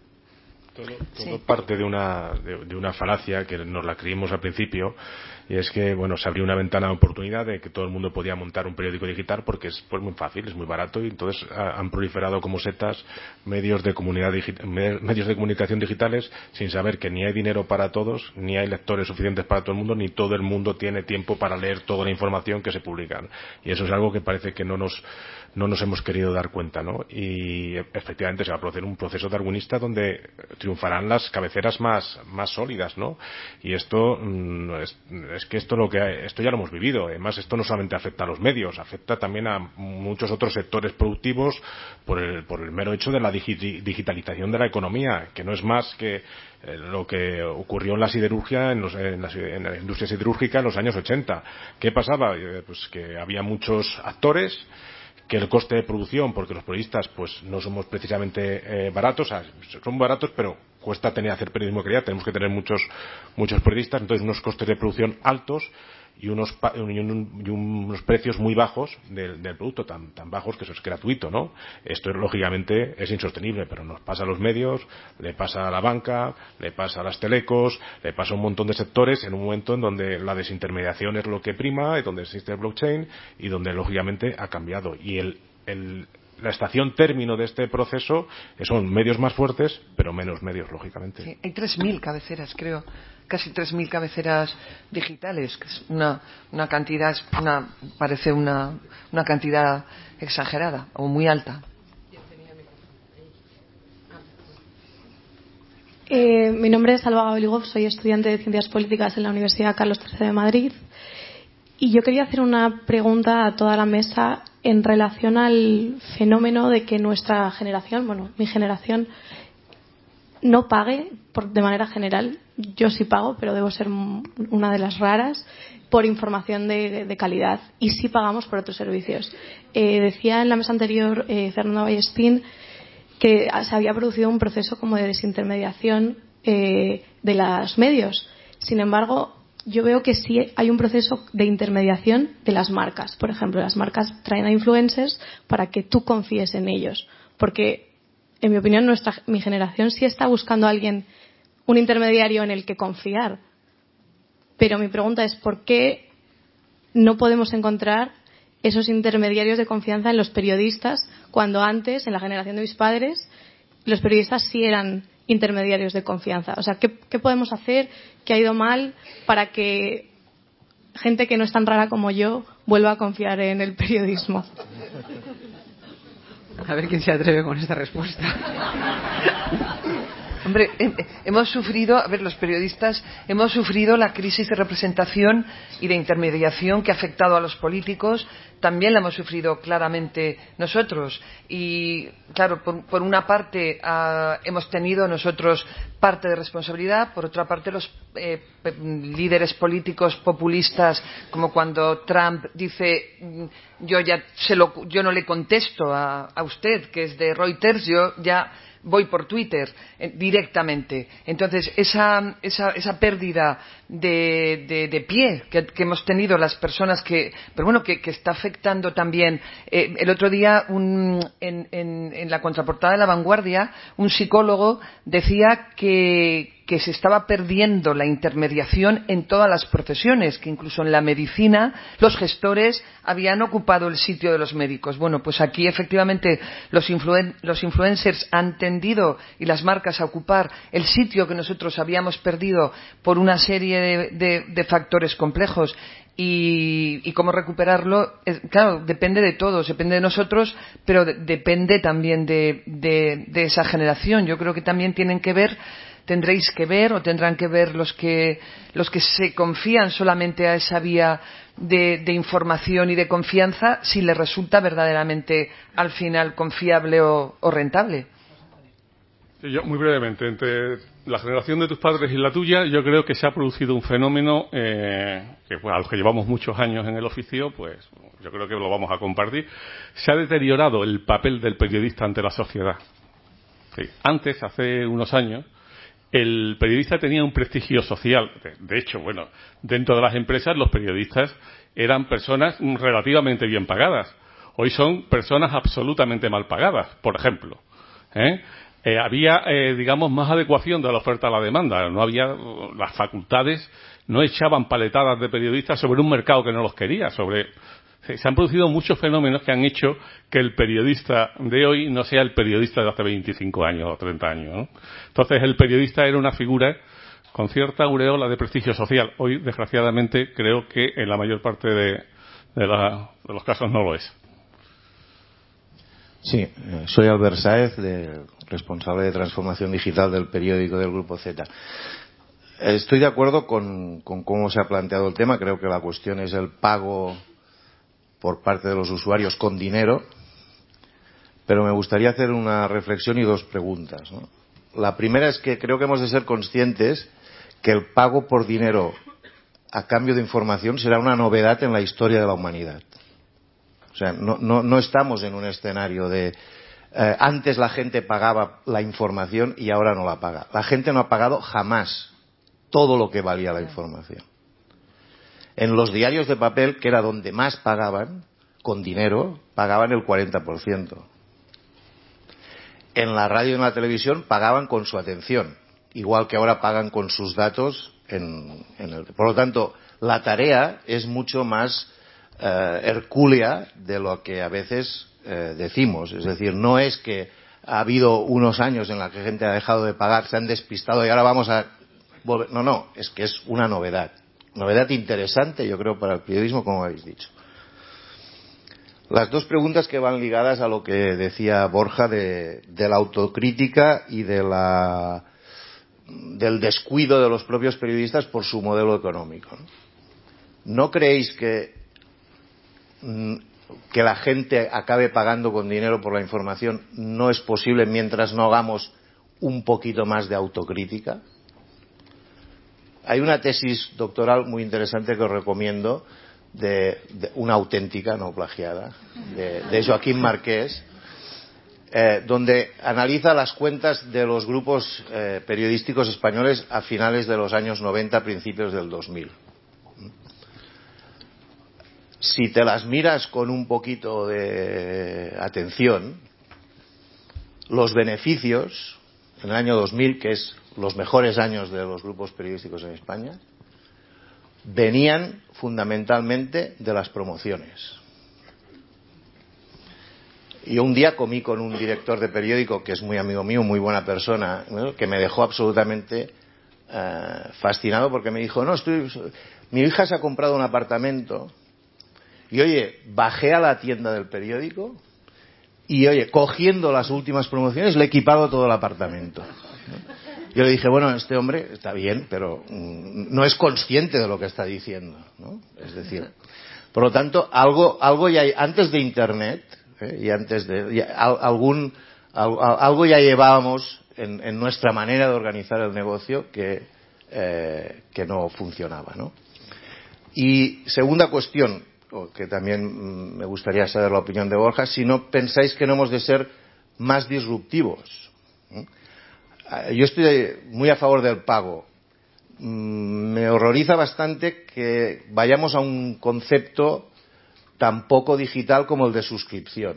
Speaker 5: Todo, todo
Speaker 6: sí.
Speaker 5: parte de una, de, de una falacia que nos la creímos al principio, y es que bueno, se abrió una ventana de oportunidad de que todo el mundo podía montar un periódico digital porque es pues muy fácil, es muy barato, y entonces ha, han proliferado como setas medios de comunidad digi- medios de comunicación digitales sin saber que ni hay dinero para todos, ni hay lectores suficientes para todo el mundo, ni todo el mundo tiene tiempo para leer toda la información que se publica. Y eso es algo que parece que no nos no nos hemos querido dar cuenta, ¿no? Y efectivamente se va a producir un proceso darwinista donde triunfarán las cabeceras más, más sólidas, ¿no? Y esto mmm, es, es que esto lo que esto ya lo hemos vivido. Además, esto no solamente afecta a los medios, afecta también a muchos otros sectores productivos por el, por el mero hecho de la digi- digitalización de la economía, que no es más que eh, lo que ocurrió en la siderurgia, en, los, en, la, en la industria siderúrgica en los años ochenta. ¿Qué pasaba? Eh, pues que había muchos actores, que el coste de producción, porque los periodistas pues no somos precisamente eh, baratos, o sea, son baratos, pero cuesta tener hacer periodismo de calidad, tenemos que tener muchos muchos periodistas, entonces unos costes de producción altos y unos y, un, y unos precios muy bajos del, del producto, tan tan bajos que eso es gratuito, ¿no? Esto lógicamente es insostenible, pero nos pasa a los medios, le pasa a la banca, le pasa a las telecos, le pasa a un montón de sectores en un momento en donde la desintermediación es lo que prima, y donde existe el blockchain y donde lógicamente ha cambiado. Y el, el la estación término de este proceso son medios más fuertes, pero menos medios, lógicamente.
Speaker 6: Sí, hay tres mil cabeceras, creo, casi tres mil cabeceras digitales, que es una, una cantidad, una, parece una, una cantidad exagerada o muy alta.
Speaker 9: Eh, mi nombre es Alba Gabeligov, soy estudiante de Ciencias Políticas en la Universidad Carlos tercero de Madrid. Y yo quería hacer una pregunta a toda la mesa en relación al fenómeno de que nuestra generación, bueno, mi generación, no pague por, de manera general. Yo sí pago, pero debo ser una de las raras, por información de, de calidad. Y sí pagamos por otros servicios. Eh, decía en la mesa anterior eh, Fernando Vallespín que se había producido un proceso como de desintermediación eh, de los medios. Sin embargo, yo veo que sí hay un proceso de intermediación de las marcas. Por ejemplo, las marcas traen a influencers para que tú confíes en ellos. Porque, en mi opinión, nuestra, mi generación sí está buscando a alguien, un intermediario en el que confiar. Pero mi pregunta es, ¿por qué no podemos encontrar esos intermediarios de confianza en los periodistas, cuando antes, en la generación de mis padres, los periodistas sí eran intermediarios de confianza? O sea, ¿qué, qué podemos hacer que ha ido mal para que gente que no es tan rara como yo vuelva a confiar en el periodismo?
Speaker 1: A ver quién se atreve con esta respuesta.
Speaker 6: Hombre, eh, hemos sufrido, a ver, los periodistas hemos sufrido la crisis de representación y de intermediación que ha afectado a los políticos. También la hemos sufrido claramente nosotros. Y, claro, por, por una parte uh, hemos tenido nosotros parte de responsabilidad, por otra parte los eh, líderes políticos populistas, como cuando Trump dice yo ya se lo, yo no le contesto a, a usted, que es de Reuters, yo ya voy por Twitter eh, directamente. Entonces, esa, esa, esa pérdida de, de, de pie que, que hemos tenido las personas que, pero bueno, que, que está afectando también. Eh, el otro día, un, en, en, en la contraportada de La Vanguardia, un psicólogo decía que, que se estaba perdiendo la intermediación en todas las profesiones, que incluso en la medicina los gestores habían ocupado el sitio de los médicos. Bueno, pues aquí efectivamente los, influen- los influencers han tendido, y las marcas, a ocupar el sitio que nosotros habíamos perdido por una serie de, de, de factores complejos. Y, y cómo recuperarlo, eh, claro, depende de todos, depende de nosotros, pero de, depende también de, de, de esa generación. Yo creo que también tienen que ver, tendréis que ver o tendrán que ver los que los que se confían solamente a esa vía de, de información y de confianza, si les resulta verdaderamente al final confiable o, o rentable.
Speaker 4: Yo, muy brevemente, entre la generación de tus padres y la tuya, yo creo que se ha producido un fenómeno eh, que, bueno, a los que llevamos muchos años en el oficio, pues yo creo que lo vamos a compartir. Se ha deteriorado el papel del periodista ante la sociedad. Sí. Antes, hace unos años, el periodista tenía un prestigio social. De, de hecho, bueno, dentro de las empresas los periodistas eran personas relativamente bien pagadas. Hoy son personas absolutamente mal pagadas, por ejemplo. ¿Eh? Eh, había, eh, digamos, más adecuación de la oferta a la demanda. No había, las facultades no echaban paletadas de periodistas sobre un mercado que no los quería. Sobre, se han producido muchos fenómenos que han hecho que el periodista de hoy no sea el periodista de hace veinticinco años o treinta años, ¿no? Entonces, el periodista era una figura con cierta aureola de prestigio social. Hoy, desgraciadamente, creo que en la mayor parte de, de, la, de los casos no lo es.
Speaker 10: Sí, soy Albert Sáez, de, responsable de transformación digital del periódico del Grupo Z. Estoy de acuerdo con, con cómo se ha planteado el tema. Creo que la cuestión es el pago por parte de los usuarios con dinero, pero me gustaría hacer una reflexión y dos preguntas, ¿no? La primera es que creo que hemos de ser conscientes que el pago por dinero a cambio de información será una novedad en la historia de la humanidad. O sea, no, no, no estamos en un escenario de eh, antes la gente pagaba la información y ahora no la paga. La gente no ha pagado jamás todo lo que valía la información. En los diarios de papel, que era donde más pagaban, con dinero, pagaban el cuarenta por ciento. En la radio y en la televisión pagaban con su atención, igual que ahora pagan con sus datos. En, en el, por lo tanto, la tarea es mucho más eh, hercúlea de lo que a veces eh, decimos. Es decir, no es que ha habido unos años en los que la gente ha dejado de pagar, se han despistado y ahora vamos a volver. No, no, es que es una novedad. Novedad interesante, yo creo, para el periodismo, como habéis dicho. Las dos preguntas que van ligadas a lo que decía Borja de, de la autocrítica y de la, del descuido de los propios periodistas por su modelo económico. ¿No creéis que, que la gente acabe pagando con dinero por la información no es posible mientras no hagamos un poquito más de autocrítica? Hay una tesis doctoral muy interesante que os recomiendo, de, de una auténtica, no plagiada, de, de Joaquín Marqués, eh, donde analiza las cuentas de los grupos eh, periodísticos españoles a finales de los años noventa, principios del dos mil. Si te las miras con un poquito de atención, los beneficios en el año dos mil, que es los mejores años de los grupos periodísticos en España, venían fundamentalmente de las promociones. Yo un día comí con un director de periódico que es muy amigo mío, muy buena persona, ¿no?, que me dejó absolutamente eh, fascinado porque me dijo, no, estoy, mi hija se ha comprado un apartamento y, oye, bajé a la tienda del periódico y, oye, cogiendo las últimas promociones le he equipado todo el apartamento, ¿no? Yo le dije, bueno, este hombre está bien, pero mm, no es consciente de lo que está diciendo, ¿no? Es decir, por lo tanto, algo, algo ya hay, antes de Internet, ¿eh? y antes de ya, algún, al, algo ya llevábamos en, en nuestra manera de organizar el negocio que, eh, que no funcionaba, ¿no? Y segunda cuestión, que también me gustaría saber la opinión de Borja, si no pensáis que no hemos de ser más disruptivos, ¿eh? Yo estoy muy a favor del pago. Me horroriza bastante que vayamos a un concepto tan poco digital como el de suscripción.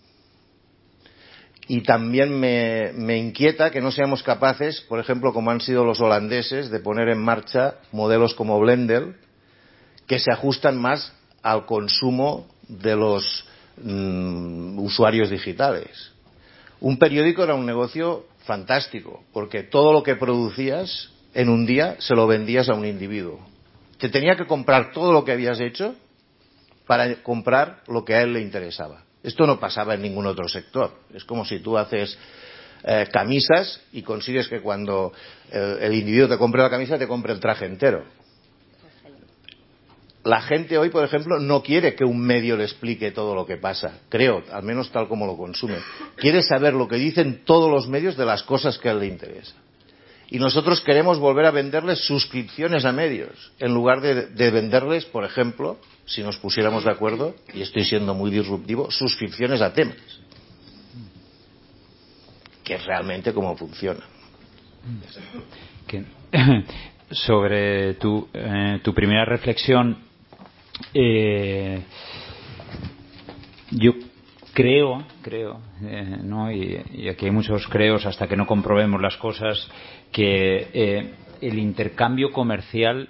Speaker 10: Y también me, me inquieta que no seamos capaces, por ejemplo, como han sido los holandeses, de poner en marcha modelos como Blendel, que se ajustan más al consumo de los mm, usuarios digitales. Un periódico era un negocio fantástico, porque todo lo que producías en un día se lo vendías a un individuo. Te tenía que comprar todo lo que habías hecho para comprar lo que a él le interesaba. Esto no pasaba en ningún otro sector. Es como si tú haces eh, camisas y consigues que cuando el, el individuo te compre la camisa te compre el traje entero. La gente hoy, por ejemplo, no quiere que un medio le explique todo lo que pasa, creo, al menos tal como lo consume. Quiere saber lo que dicen todos los medios de las cosas que a él le interesan. Y nosotros queremos volver a venderles suscripciones a medios, en lugar de, de venderles, por ejemplo, si nos pusiéramos de acuerdo, y estoy siendo muy disruptivo, suscripciones a temas. Que es realmente cómo funciona.
Speaker 3: Que, sobre tu, eh, tu primera reflexión, eh, yo creo, creo, eh, ¿no? Y, y aquí hay muchos creos hasta que no comprobemos las cosas, que eh, el intercambio comercial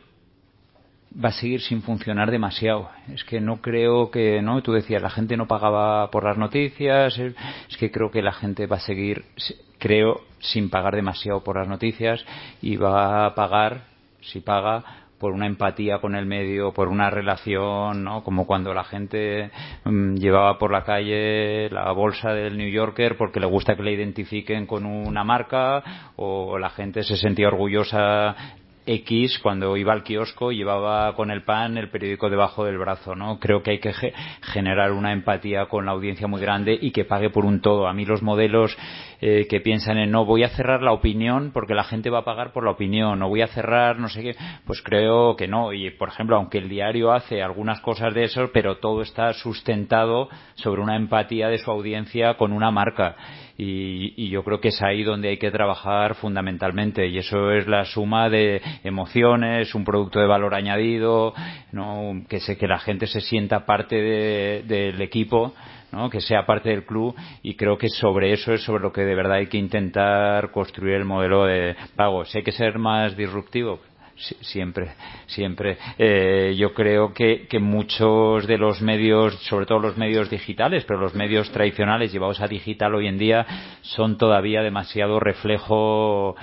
Speaker 3: va a seguir sin funcionar demasiado. Es que no creo que, ¿no? Tú decías, la gente no pagaba por las noticias. Es que creo que la gente va a seguir, creo, sin pagar demasiado por las noticias y va a pagar, si paga, por una empatía con el medio, por una relación, ¿no? Como cuando la gente mmm, llevaba por la calle la bolsa del New Yorker porque le gusta que le identifiquen con una marca, o la gente se sentía orgullosa X cuando iba al kiosco y llevaba con el pan el periódico debajo del brazo, ¿no? Creo que hay que ge- generar una empatía con la audiencia muy grande y que pague por un todo. A mí los modelos eh, que piensan en no, voy a cerrar la opinión porque la gente va a pagar por la opinión, o voy a cerrar no sé qué, pues creo que no. Y por ejemplo, aunque el diario hace algunas cosas de eso, pero todo está sustentado sobre una empatía de su audiencia con una marca. Y, y yo creo que es ahí donde hay que trabajar fundamentalmente, y eso es la suma de emociones, un producto de valor añadido, ¿no? Que se, que la gente se sienta parte de, del equipo, ¿no? Que sea parte del club, y creo que sobre eso es sobre lo que de verdad hay que intentar construir el modelo de pago. Si hay que ser más disruptivo, siempre, siempre. Eh, yo creo que, que muchos de los medios, sobre todo los medios digitales, pero los medios tradicionales llevados a digital hoy en día, son todavía demasiado reflejo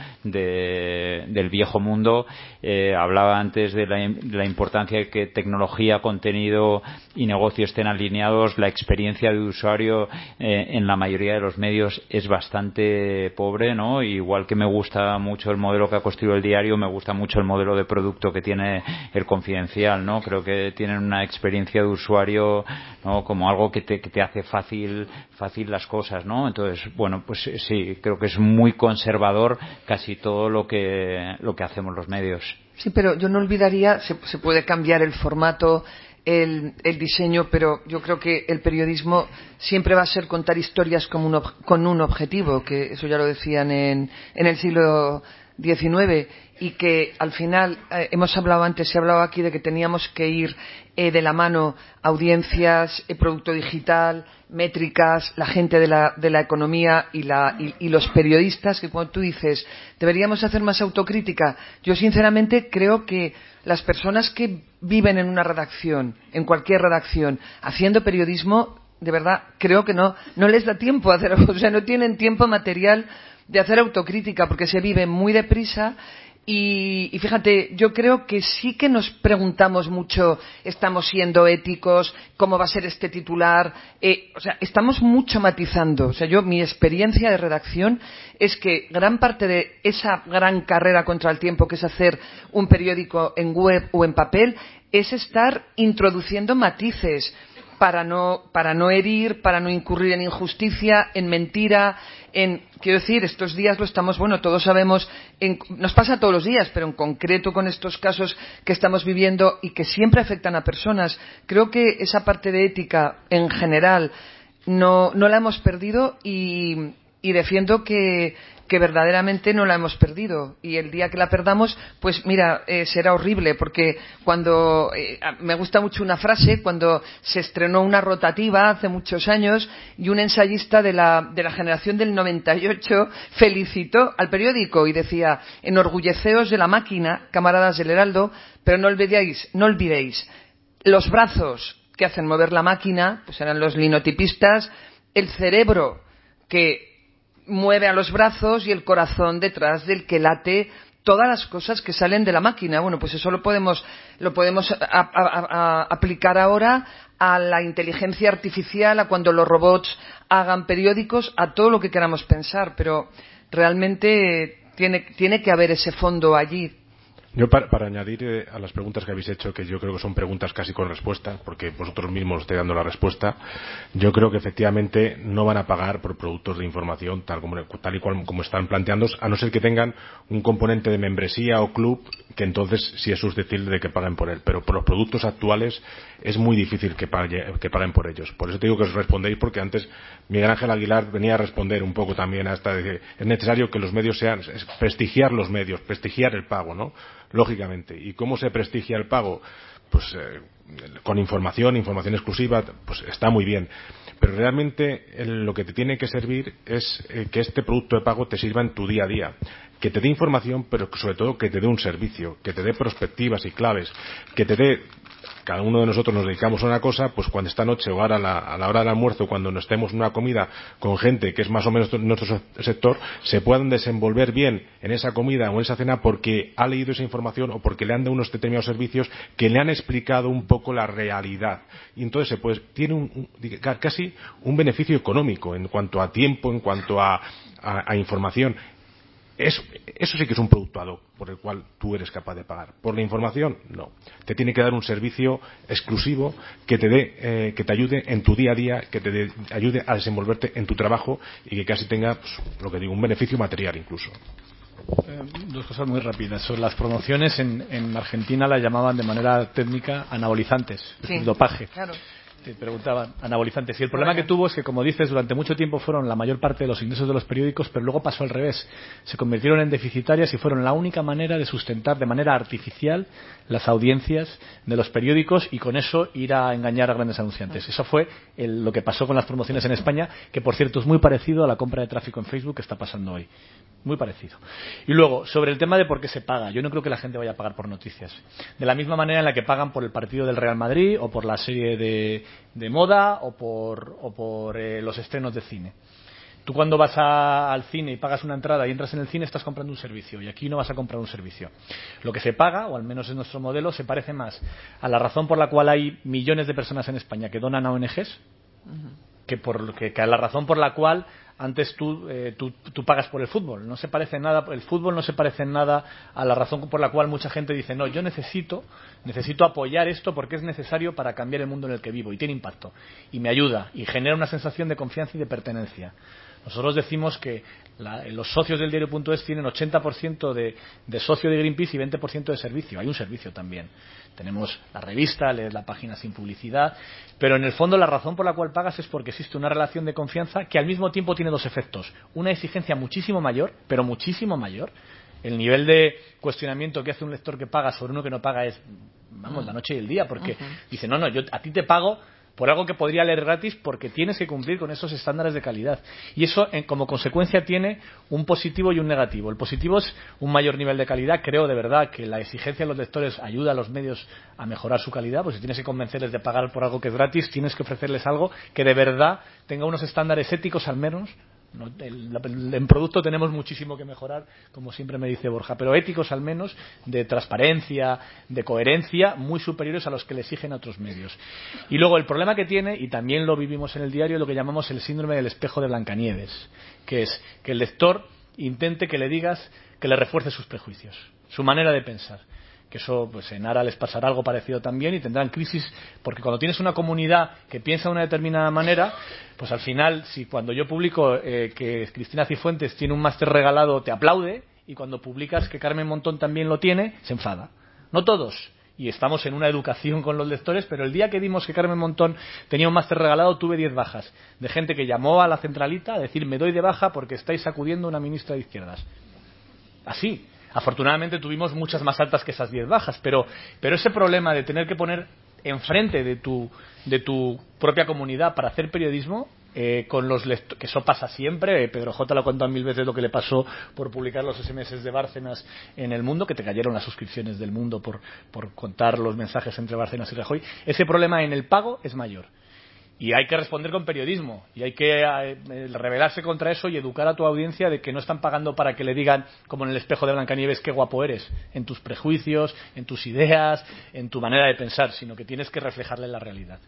Speaker 3: de, del viejo mundo. Eh, hablaba antes de la, de la importancia de que tecnología, contenido y negocio estén alineados. La experiencia de usuario eh, en la mayoría de los medios es bastante pobre, ¿no? Igual que me gusta mucho el modelo que ha construido el diario, me gusta mucho el modelo de producto que tiene el Confidencial, ¿no? Creo que tienen una experiencia de usuario, ¿no? Como algo que te, que te hace fácil, fácil las cosas, ¿no? Entonces, bueno, pues sí, creo que es muy conservador casi todo lo que, lo que hacemos los medios.
Speaker 6: Sí, pero yo no olvidaría, se, se puede cambiar el formato, el, el diseño, pero yo creo que el periodismo siempre va a ser contar historias con un, ob, con un objetivo, que eso ya lo decían en, en el siglo diecinueve, y que al final eh, hemos hablado antes, se ha hablado aquí de que teníamos que ir eh, de la mano audiencias, eh, producto digital, métricas, la gente de la, de la economía y, la, y, y los periodistas, que cuando tú dices deberíamos hacer más autocrítica, yo sinceramente creo que las personas que viven en una redacción, en cualquier redacción, haciendo periodismo, de verdad creo que no, no les da tiempo a hacer, o sea, no tienen tiempo material de hacer autocrítica porque se vive muy deprisa. Y, y fíjate, yo creo que sí que nos preguntamos mucho, estamos siendo éticos, cómo va a ser este titular, eh, o sea, estamos mucho matizando. O sea, yo, mi experiencia de redacción es que gran parte de esa gran carrera contra el tiempo que es hacer un periódico en web o en papel es estar introduciendo matices para no, para no herir, para no incurrir en injusticia, en mentira, en, quiero decir, estos días lo estamos, bueno, todos sabemos, en, nos pasa todos los días, pero en concreto con estos casos que estamos viviendo y que siempre afectan a personas, creo que esa parte de ética en general no, no la hemos perdido, y, y defiendo que, que verdaderamente no la hemos perdido, y el día que la perdamos, pues mira, eh, será horrible, porque cuando eh, me gusta mucho una frase, cuando se estrenó una rotativa hace muchos años y un ensayista de la, de la generación del noventa y ocho felicitó al periódico y decía: enorgulleceos de la máquina, camaradas del Heraldo, pero no olvidéis, no olvidéis los brazos que hacen mover la máquina, pues eran los linotipistas, el cerebro que mueve a los brazos y el corazón detrás del que late todas las cosas que salen de la máquina. Bueno, pues eso lo podemos, lo podemos a, a, a, a aplicar ahora a la inteligencia artificial, a cuando los robots hagan periódicos, a todo lo que queramos pensar, pero realmente tiene, tiene que haber ese fondo allí.
Speaker 5: Yo, para, para añadir eh, a las preguntas que habéis hecho, que yo creo que son preguntas casi con respuesta, porque vosotros mismos estáis dando la respuesta, yo creo que efectivamente no van a pagar por productos de información tal, como, tal y cual como están planteando, a no ser que tengan un componente de membresía o club, que entonces sí es susceptible de que paguen por él. Pero por los productos actuales es muy difícil que, pague, que paguen por ellos. Por eso te digo que os respondéis, porque antes Miguel Ángel Aguilar venía a responder un poco también a esta. De, es necesario que los medios sean, es prestigiar los medios, prestigiar el pago, ¿no? Lógicamente. ¿Y cómo se prestigia el pago? Pues eh, con información, información exclusiva, pues está muy bien. Pero realmente el, lo que te tiene que servir es eh, que este producto de pago te sirva en tu día a día. Que te dé información, pero sobre todo que te dé un servicio, que te dé perspectivas y claves, que te dé. Cada uno de nosotros nos dedicamos a una cosa, pues cuando esta noche o ahora a la, a la hora del almuerzo, cuando nos estemos en una comida con gente que es más o menos nuestro sector, se puedan desenvolver bien en esa comida o en esa cena porque ha leído esa información o porque le han dado unos determinados servicios que le han explicado un poco la realidad. Y entonces pues tiene un, un, casi un beneficio económico en cuanto a tiempo, en cuanto a, a, a información. Eso, eso sí que es un producto ad hoc por el cual tú eres capaz de pagar. Por la información, no. Te tiene que dar un servicio exclusivo que te dé, eh, que te ayude en tu día a día, que te de, ayude a desenvolverte en tu trabajo y que casi tenga, pues, lo que digo, un beneficio material incluso.
Speaker 2: Eh, dos cosas muy rápidas. Sobre las promociones, en, en Argentina las llamaban de manera técnica anabolizantes, es decir,
Speaker 6: sí,
Speaker 2: dopaje.
Speaker 6: Claro.
Speaker 2: Te preguntaban, anabolizantes. Y el problema que tuvo es que, como dices, durante mucho tiempo fueron la mayor parte de los ingresos de los periódicos, pero luego pasó al revés. Se convirtieron en deficitarias y fueron la única manera de sustentar de manera artificial las audiencias de los periódicos y con eso ir a engañar a grandes anunciantes. Eso fue el, lo que pasó con las promociones en España, que por cierto es muy parecido a la compra de tráfico en Facebook que está pasando hoy. Muy parecido. Y luego, sobre el tema de por qué se paga. Yo no creo que la gente vaya a pagar por noticias. De la misma manera en la que pagan por el partido del Real Madrid o por la serie de, de moda o por, o por eh, los estrenos de cine. Tú cuando vas a, al cine y pagas una entrada y entras en el cine estás comprando un servicio y aquí no vas a comprar un servicio. Lo que se paga, o al menos en nuestro modelo, se parece más a la razón por la cual hay millones de personas en España que donan a O N Ges uh-huh. que, por, que, que a la razón por la cual antes tú, eh, tú, tú pagas por el fútbol. No se parece en nada, el fútbol no se parece en nada a la razón por la cual mucha gente dice, no, yo necesito, necesito apoyar esto porque es necesario para cambiar el mundo en el que vivo y tiene impacto y me ayuda y genera una sensación de confianza y de pertenencia. Nosotros decimos que la, los socios del diario punto es tienen ochenta por ciento de, de socio de Greenpeace y veinte por ciento de servicio. Hay un servicio también. Tenemos la revista, lees la página sin publicidad, pero en el fondo la razón por la cual pagas es porque existe una relación de confianza que al mismo tiempo tiene dos efectos. Una exigencia muchísimo mayor, pero muchísimo mayor. El nivel de cuestionamiento que hace un lector que paga sobre uno que no paga es, vamos, la noche y el día, porque uh-huh. dice, no, no, yo a ti te pago por algo que podría leer gratis porque tienes que cumplir con esos estándares de calidad. Y eso, en, como consecuencia, tiene un positivo y un negativo. El positivo es un mayor nivel de calidad. Creo de verdad que la exigencia de los lectores ayuda a los medios a mejorar su calidad. Pues si tienes que convencerles de pagar por algo que es gratis, tienes que ofrecerles algo que de verdad tenga unos estándares éticos al menos. No, el, el, en producto tenemos muchísimo que mejorar, como siempre me dice Borja, pero éticos al menos, de transparencia, de coherencia, muy superiores a los que le exigen a otros medios. Y luego el problema que tiene, y también lo vivimos en el diario, es lo que llamamos el síndrome del espejo de Blancanieves, que es que el lector intente que le digas que le refuerce sus prejuicios, su manera de pensar. Que eso, pues en Ara les pasará algo parecido también y tendrán crisis, porque cuando tienes una comunidad que piensa de una determinada manera, pues al final, si cuando yo publico eh, que Cristina Cifuentes tiene un máster regalado, te aplaude, y cuando publicas que Carmen Montón también lo tiene, se enfada. No todos, y estamos en una educación con los lectores, pero el día que dimos que Carmen Montón tenía un máster regalado, tuve diez bajas, de gente que llamó a la centralita a decir, me doy de baja porque estáis sacudiendo a una ministra de izquierdas. Así. Afortunadamente tuvimos muchas más altas que esas diez bajas, pero, pero ese problema de tener que poner enfrente de tu, de tu propia comunidad para hacer periodismo, eh, con los lect- que eso pasa siempre, eh, Pedro J. lo ha contado mil veces lo que le pasó por publicar los ese eme ese de Bárcenas en El Mundo, que te cayeron las suscripciones del Mundo por, por contar los mensajes entre Bárcenas y Rajoy. Ese problema en el pago es mayor. Y hay que responder con periodismo, y hay que eh, rebelarse contra eso y educar a tu audiencia de que no están pagando para que le digan, como en el espejo de Blancanieves, qué guapo eres, en tus prejuicios, en tus ideas, en tu manera de pensar, sino que tienes que reflejarle la realidad.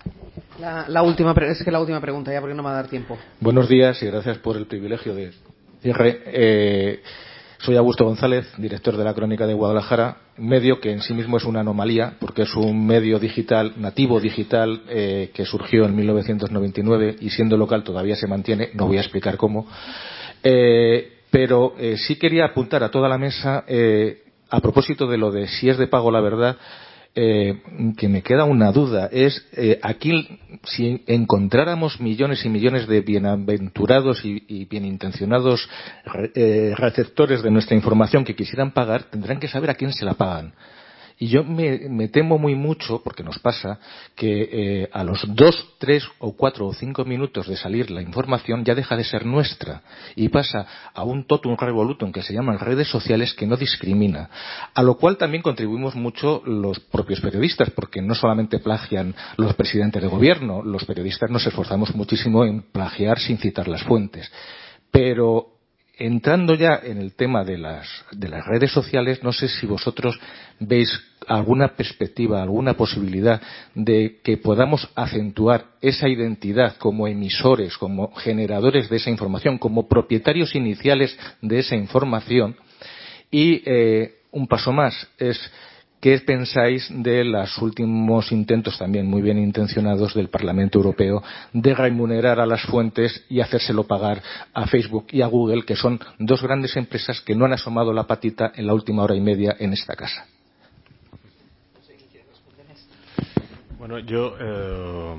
Speaker 1: La, la última, es que la última pregunta ya, porque no me va a dar tiempo.
Speaker 11: Buenos días y gracias por el privilegio de cierre. Eh, Soy Augusto González, director de La Crónica de Guadalajara, medio que en sí mismo es una anomalía, porque es un medio digital, nativo digital, eh, que surgió en mil novecientos noventa y nueve y siendo local todavía se mantiene, no voy a explicar cómo. Eh, pero eh, sí quería apuntar a toda la mesa, eh, a propósito de lo de si es de pago la verdad, Eh, que me queda una duda, es eh, aquí si encontráramos millones y millones de bienaventurados y, y bienintencionados eh, receptores de nuestra información que quisieran pagar, tendrán que saber a quién se la pagan. Y yo me, me temo muy mucho, porque nos pasa, que eh, a los dos, tres o cuatro o cinco minutos de salir la información ya deja de ser nuestra y pasa a un totum revolutum que se llaman redes sociales que no discrimina. A lo cual también contribuimos mucho los propios periodistas, porque no solamente plagian los presidentes de gobierno, los periodistas nos esforzamos muchísimo en plagiar sin citar las fuentes. Pero entrando ya en el tema de las, de las redes sociales, no sé si vosotros veis alguna perspectiva, alguna posibilidad de que podamos acentuar esa identidad como emisores, como generadores de esa información, como propietarios iniciales de esa información. Y eh, un paso más es, ¿qué pensáis de los últimos intentos, también muy bien intencionados, del Parlamento Europeo de remunerar a las fuentes y hacérselo pagar a Facebook y a Google, que son dos grandes empresas que no han asomado la patita en la última hora y media en esta casa?
Speaker 5: Bueno, yo eh,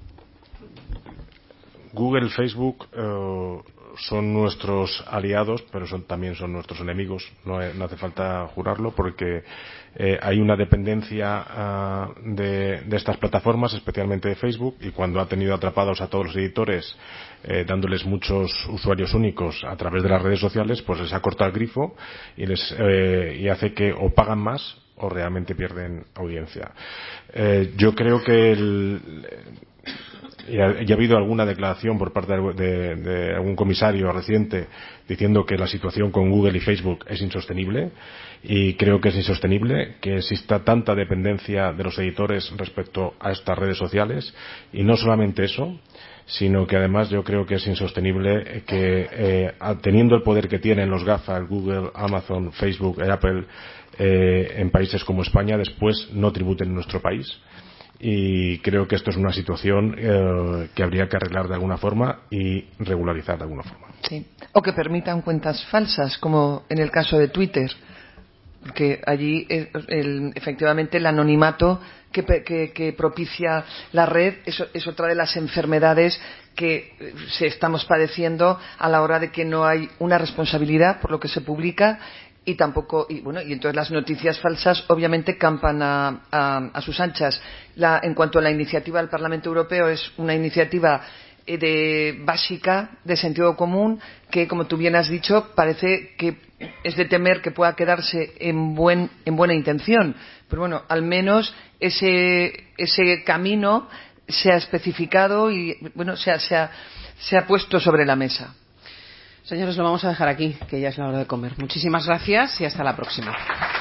Speaker 5: Google, Facebook eh, son nuestros aliados, pero son, también son nuestros enemigos. No, no hace falta jurarlo, porque eh, hay una dependencia uh, de, de estas plataformas, especialmente de Facebook, y cuando ha tenido atrapados a todos los editores, eh, dándoles muchos usuarios únicos a través de las redes sociales, pues les ha cortado el grifo y les eh, y hace que o pagan más o realmente pierden audiencia. Eh, yo creo que el, y ha, y ha habido alguna declaración por parte de, de, de algún comisario reciente diciendo que la situación con Google y Facebook es insostenible, y creo que es insostenible que exista tanta dependencia de los editores respecto a estas redes sociales. Y no solamente eso, sino que además yo creo que es insostenible que eh, teniendo el poder que tienen los GAFA, el Google, Amazon, Facebook, Apple, eh, en países como España, después no tributen en nuestro país. Y creo que esto es una situación eh, que habría que arreglar de alguna forma y regularizar de alguna forma.
Speaker 6: Sí. O que permitan cuentas falsas, como en el caso de Twitter, porque allí el, el, efectivamente el anonimato que, que, que propicia la red es, es otra de las enfermedades que se estamos padeciendo a la hora de que no hay una responsabilidad por lo que se publica. Y tampoco, y bueno, y entonces las noticias falsas obviamente campan a, a, a sus anchas. La, en cuanto a la iniciativa del Parlamento Europeo, es una iniciativa de básica, de sentido común, que, como tú bien has dicho, parece que es de temer que pueda quedarse en buen, en buena intención. Pero bueno, al menos ese, ese camino se ha especificado y bueno, se ha, se ha, se ha puesto sobre la mesa.
Speaker 1: Señores, lo vamos a dejar aquí, que ya es la hora de comer. Muchísimas gracias y hasta la próxima.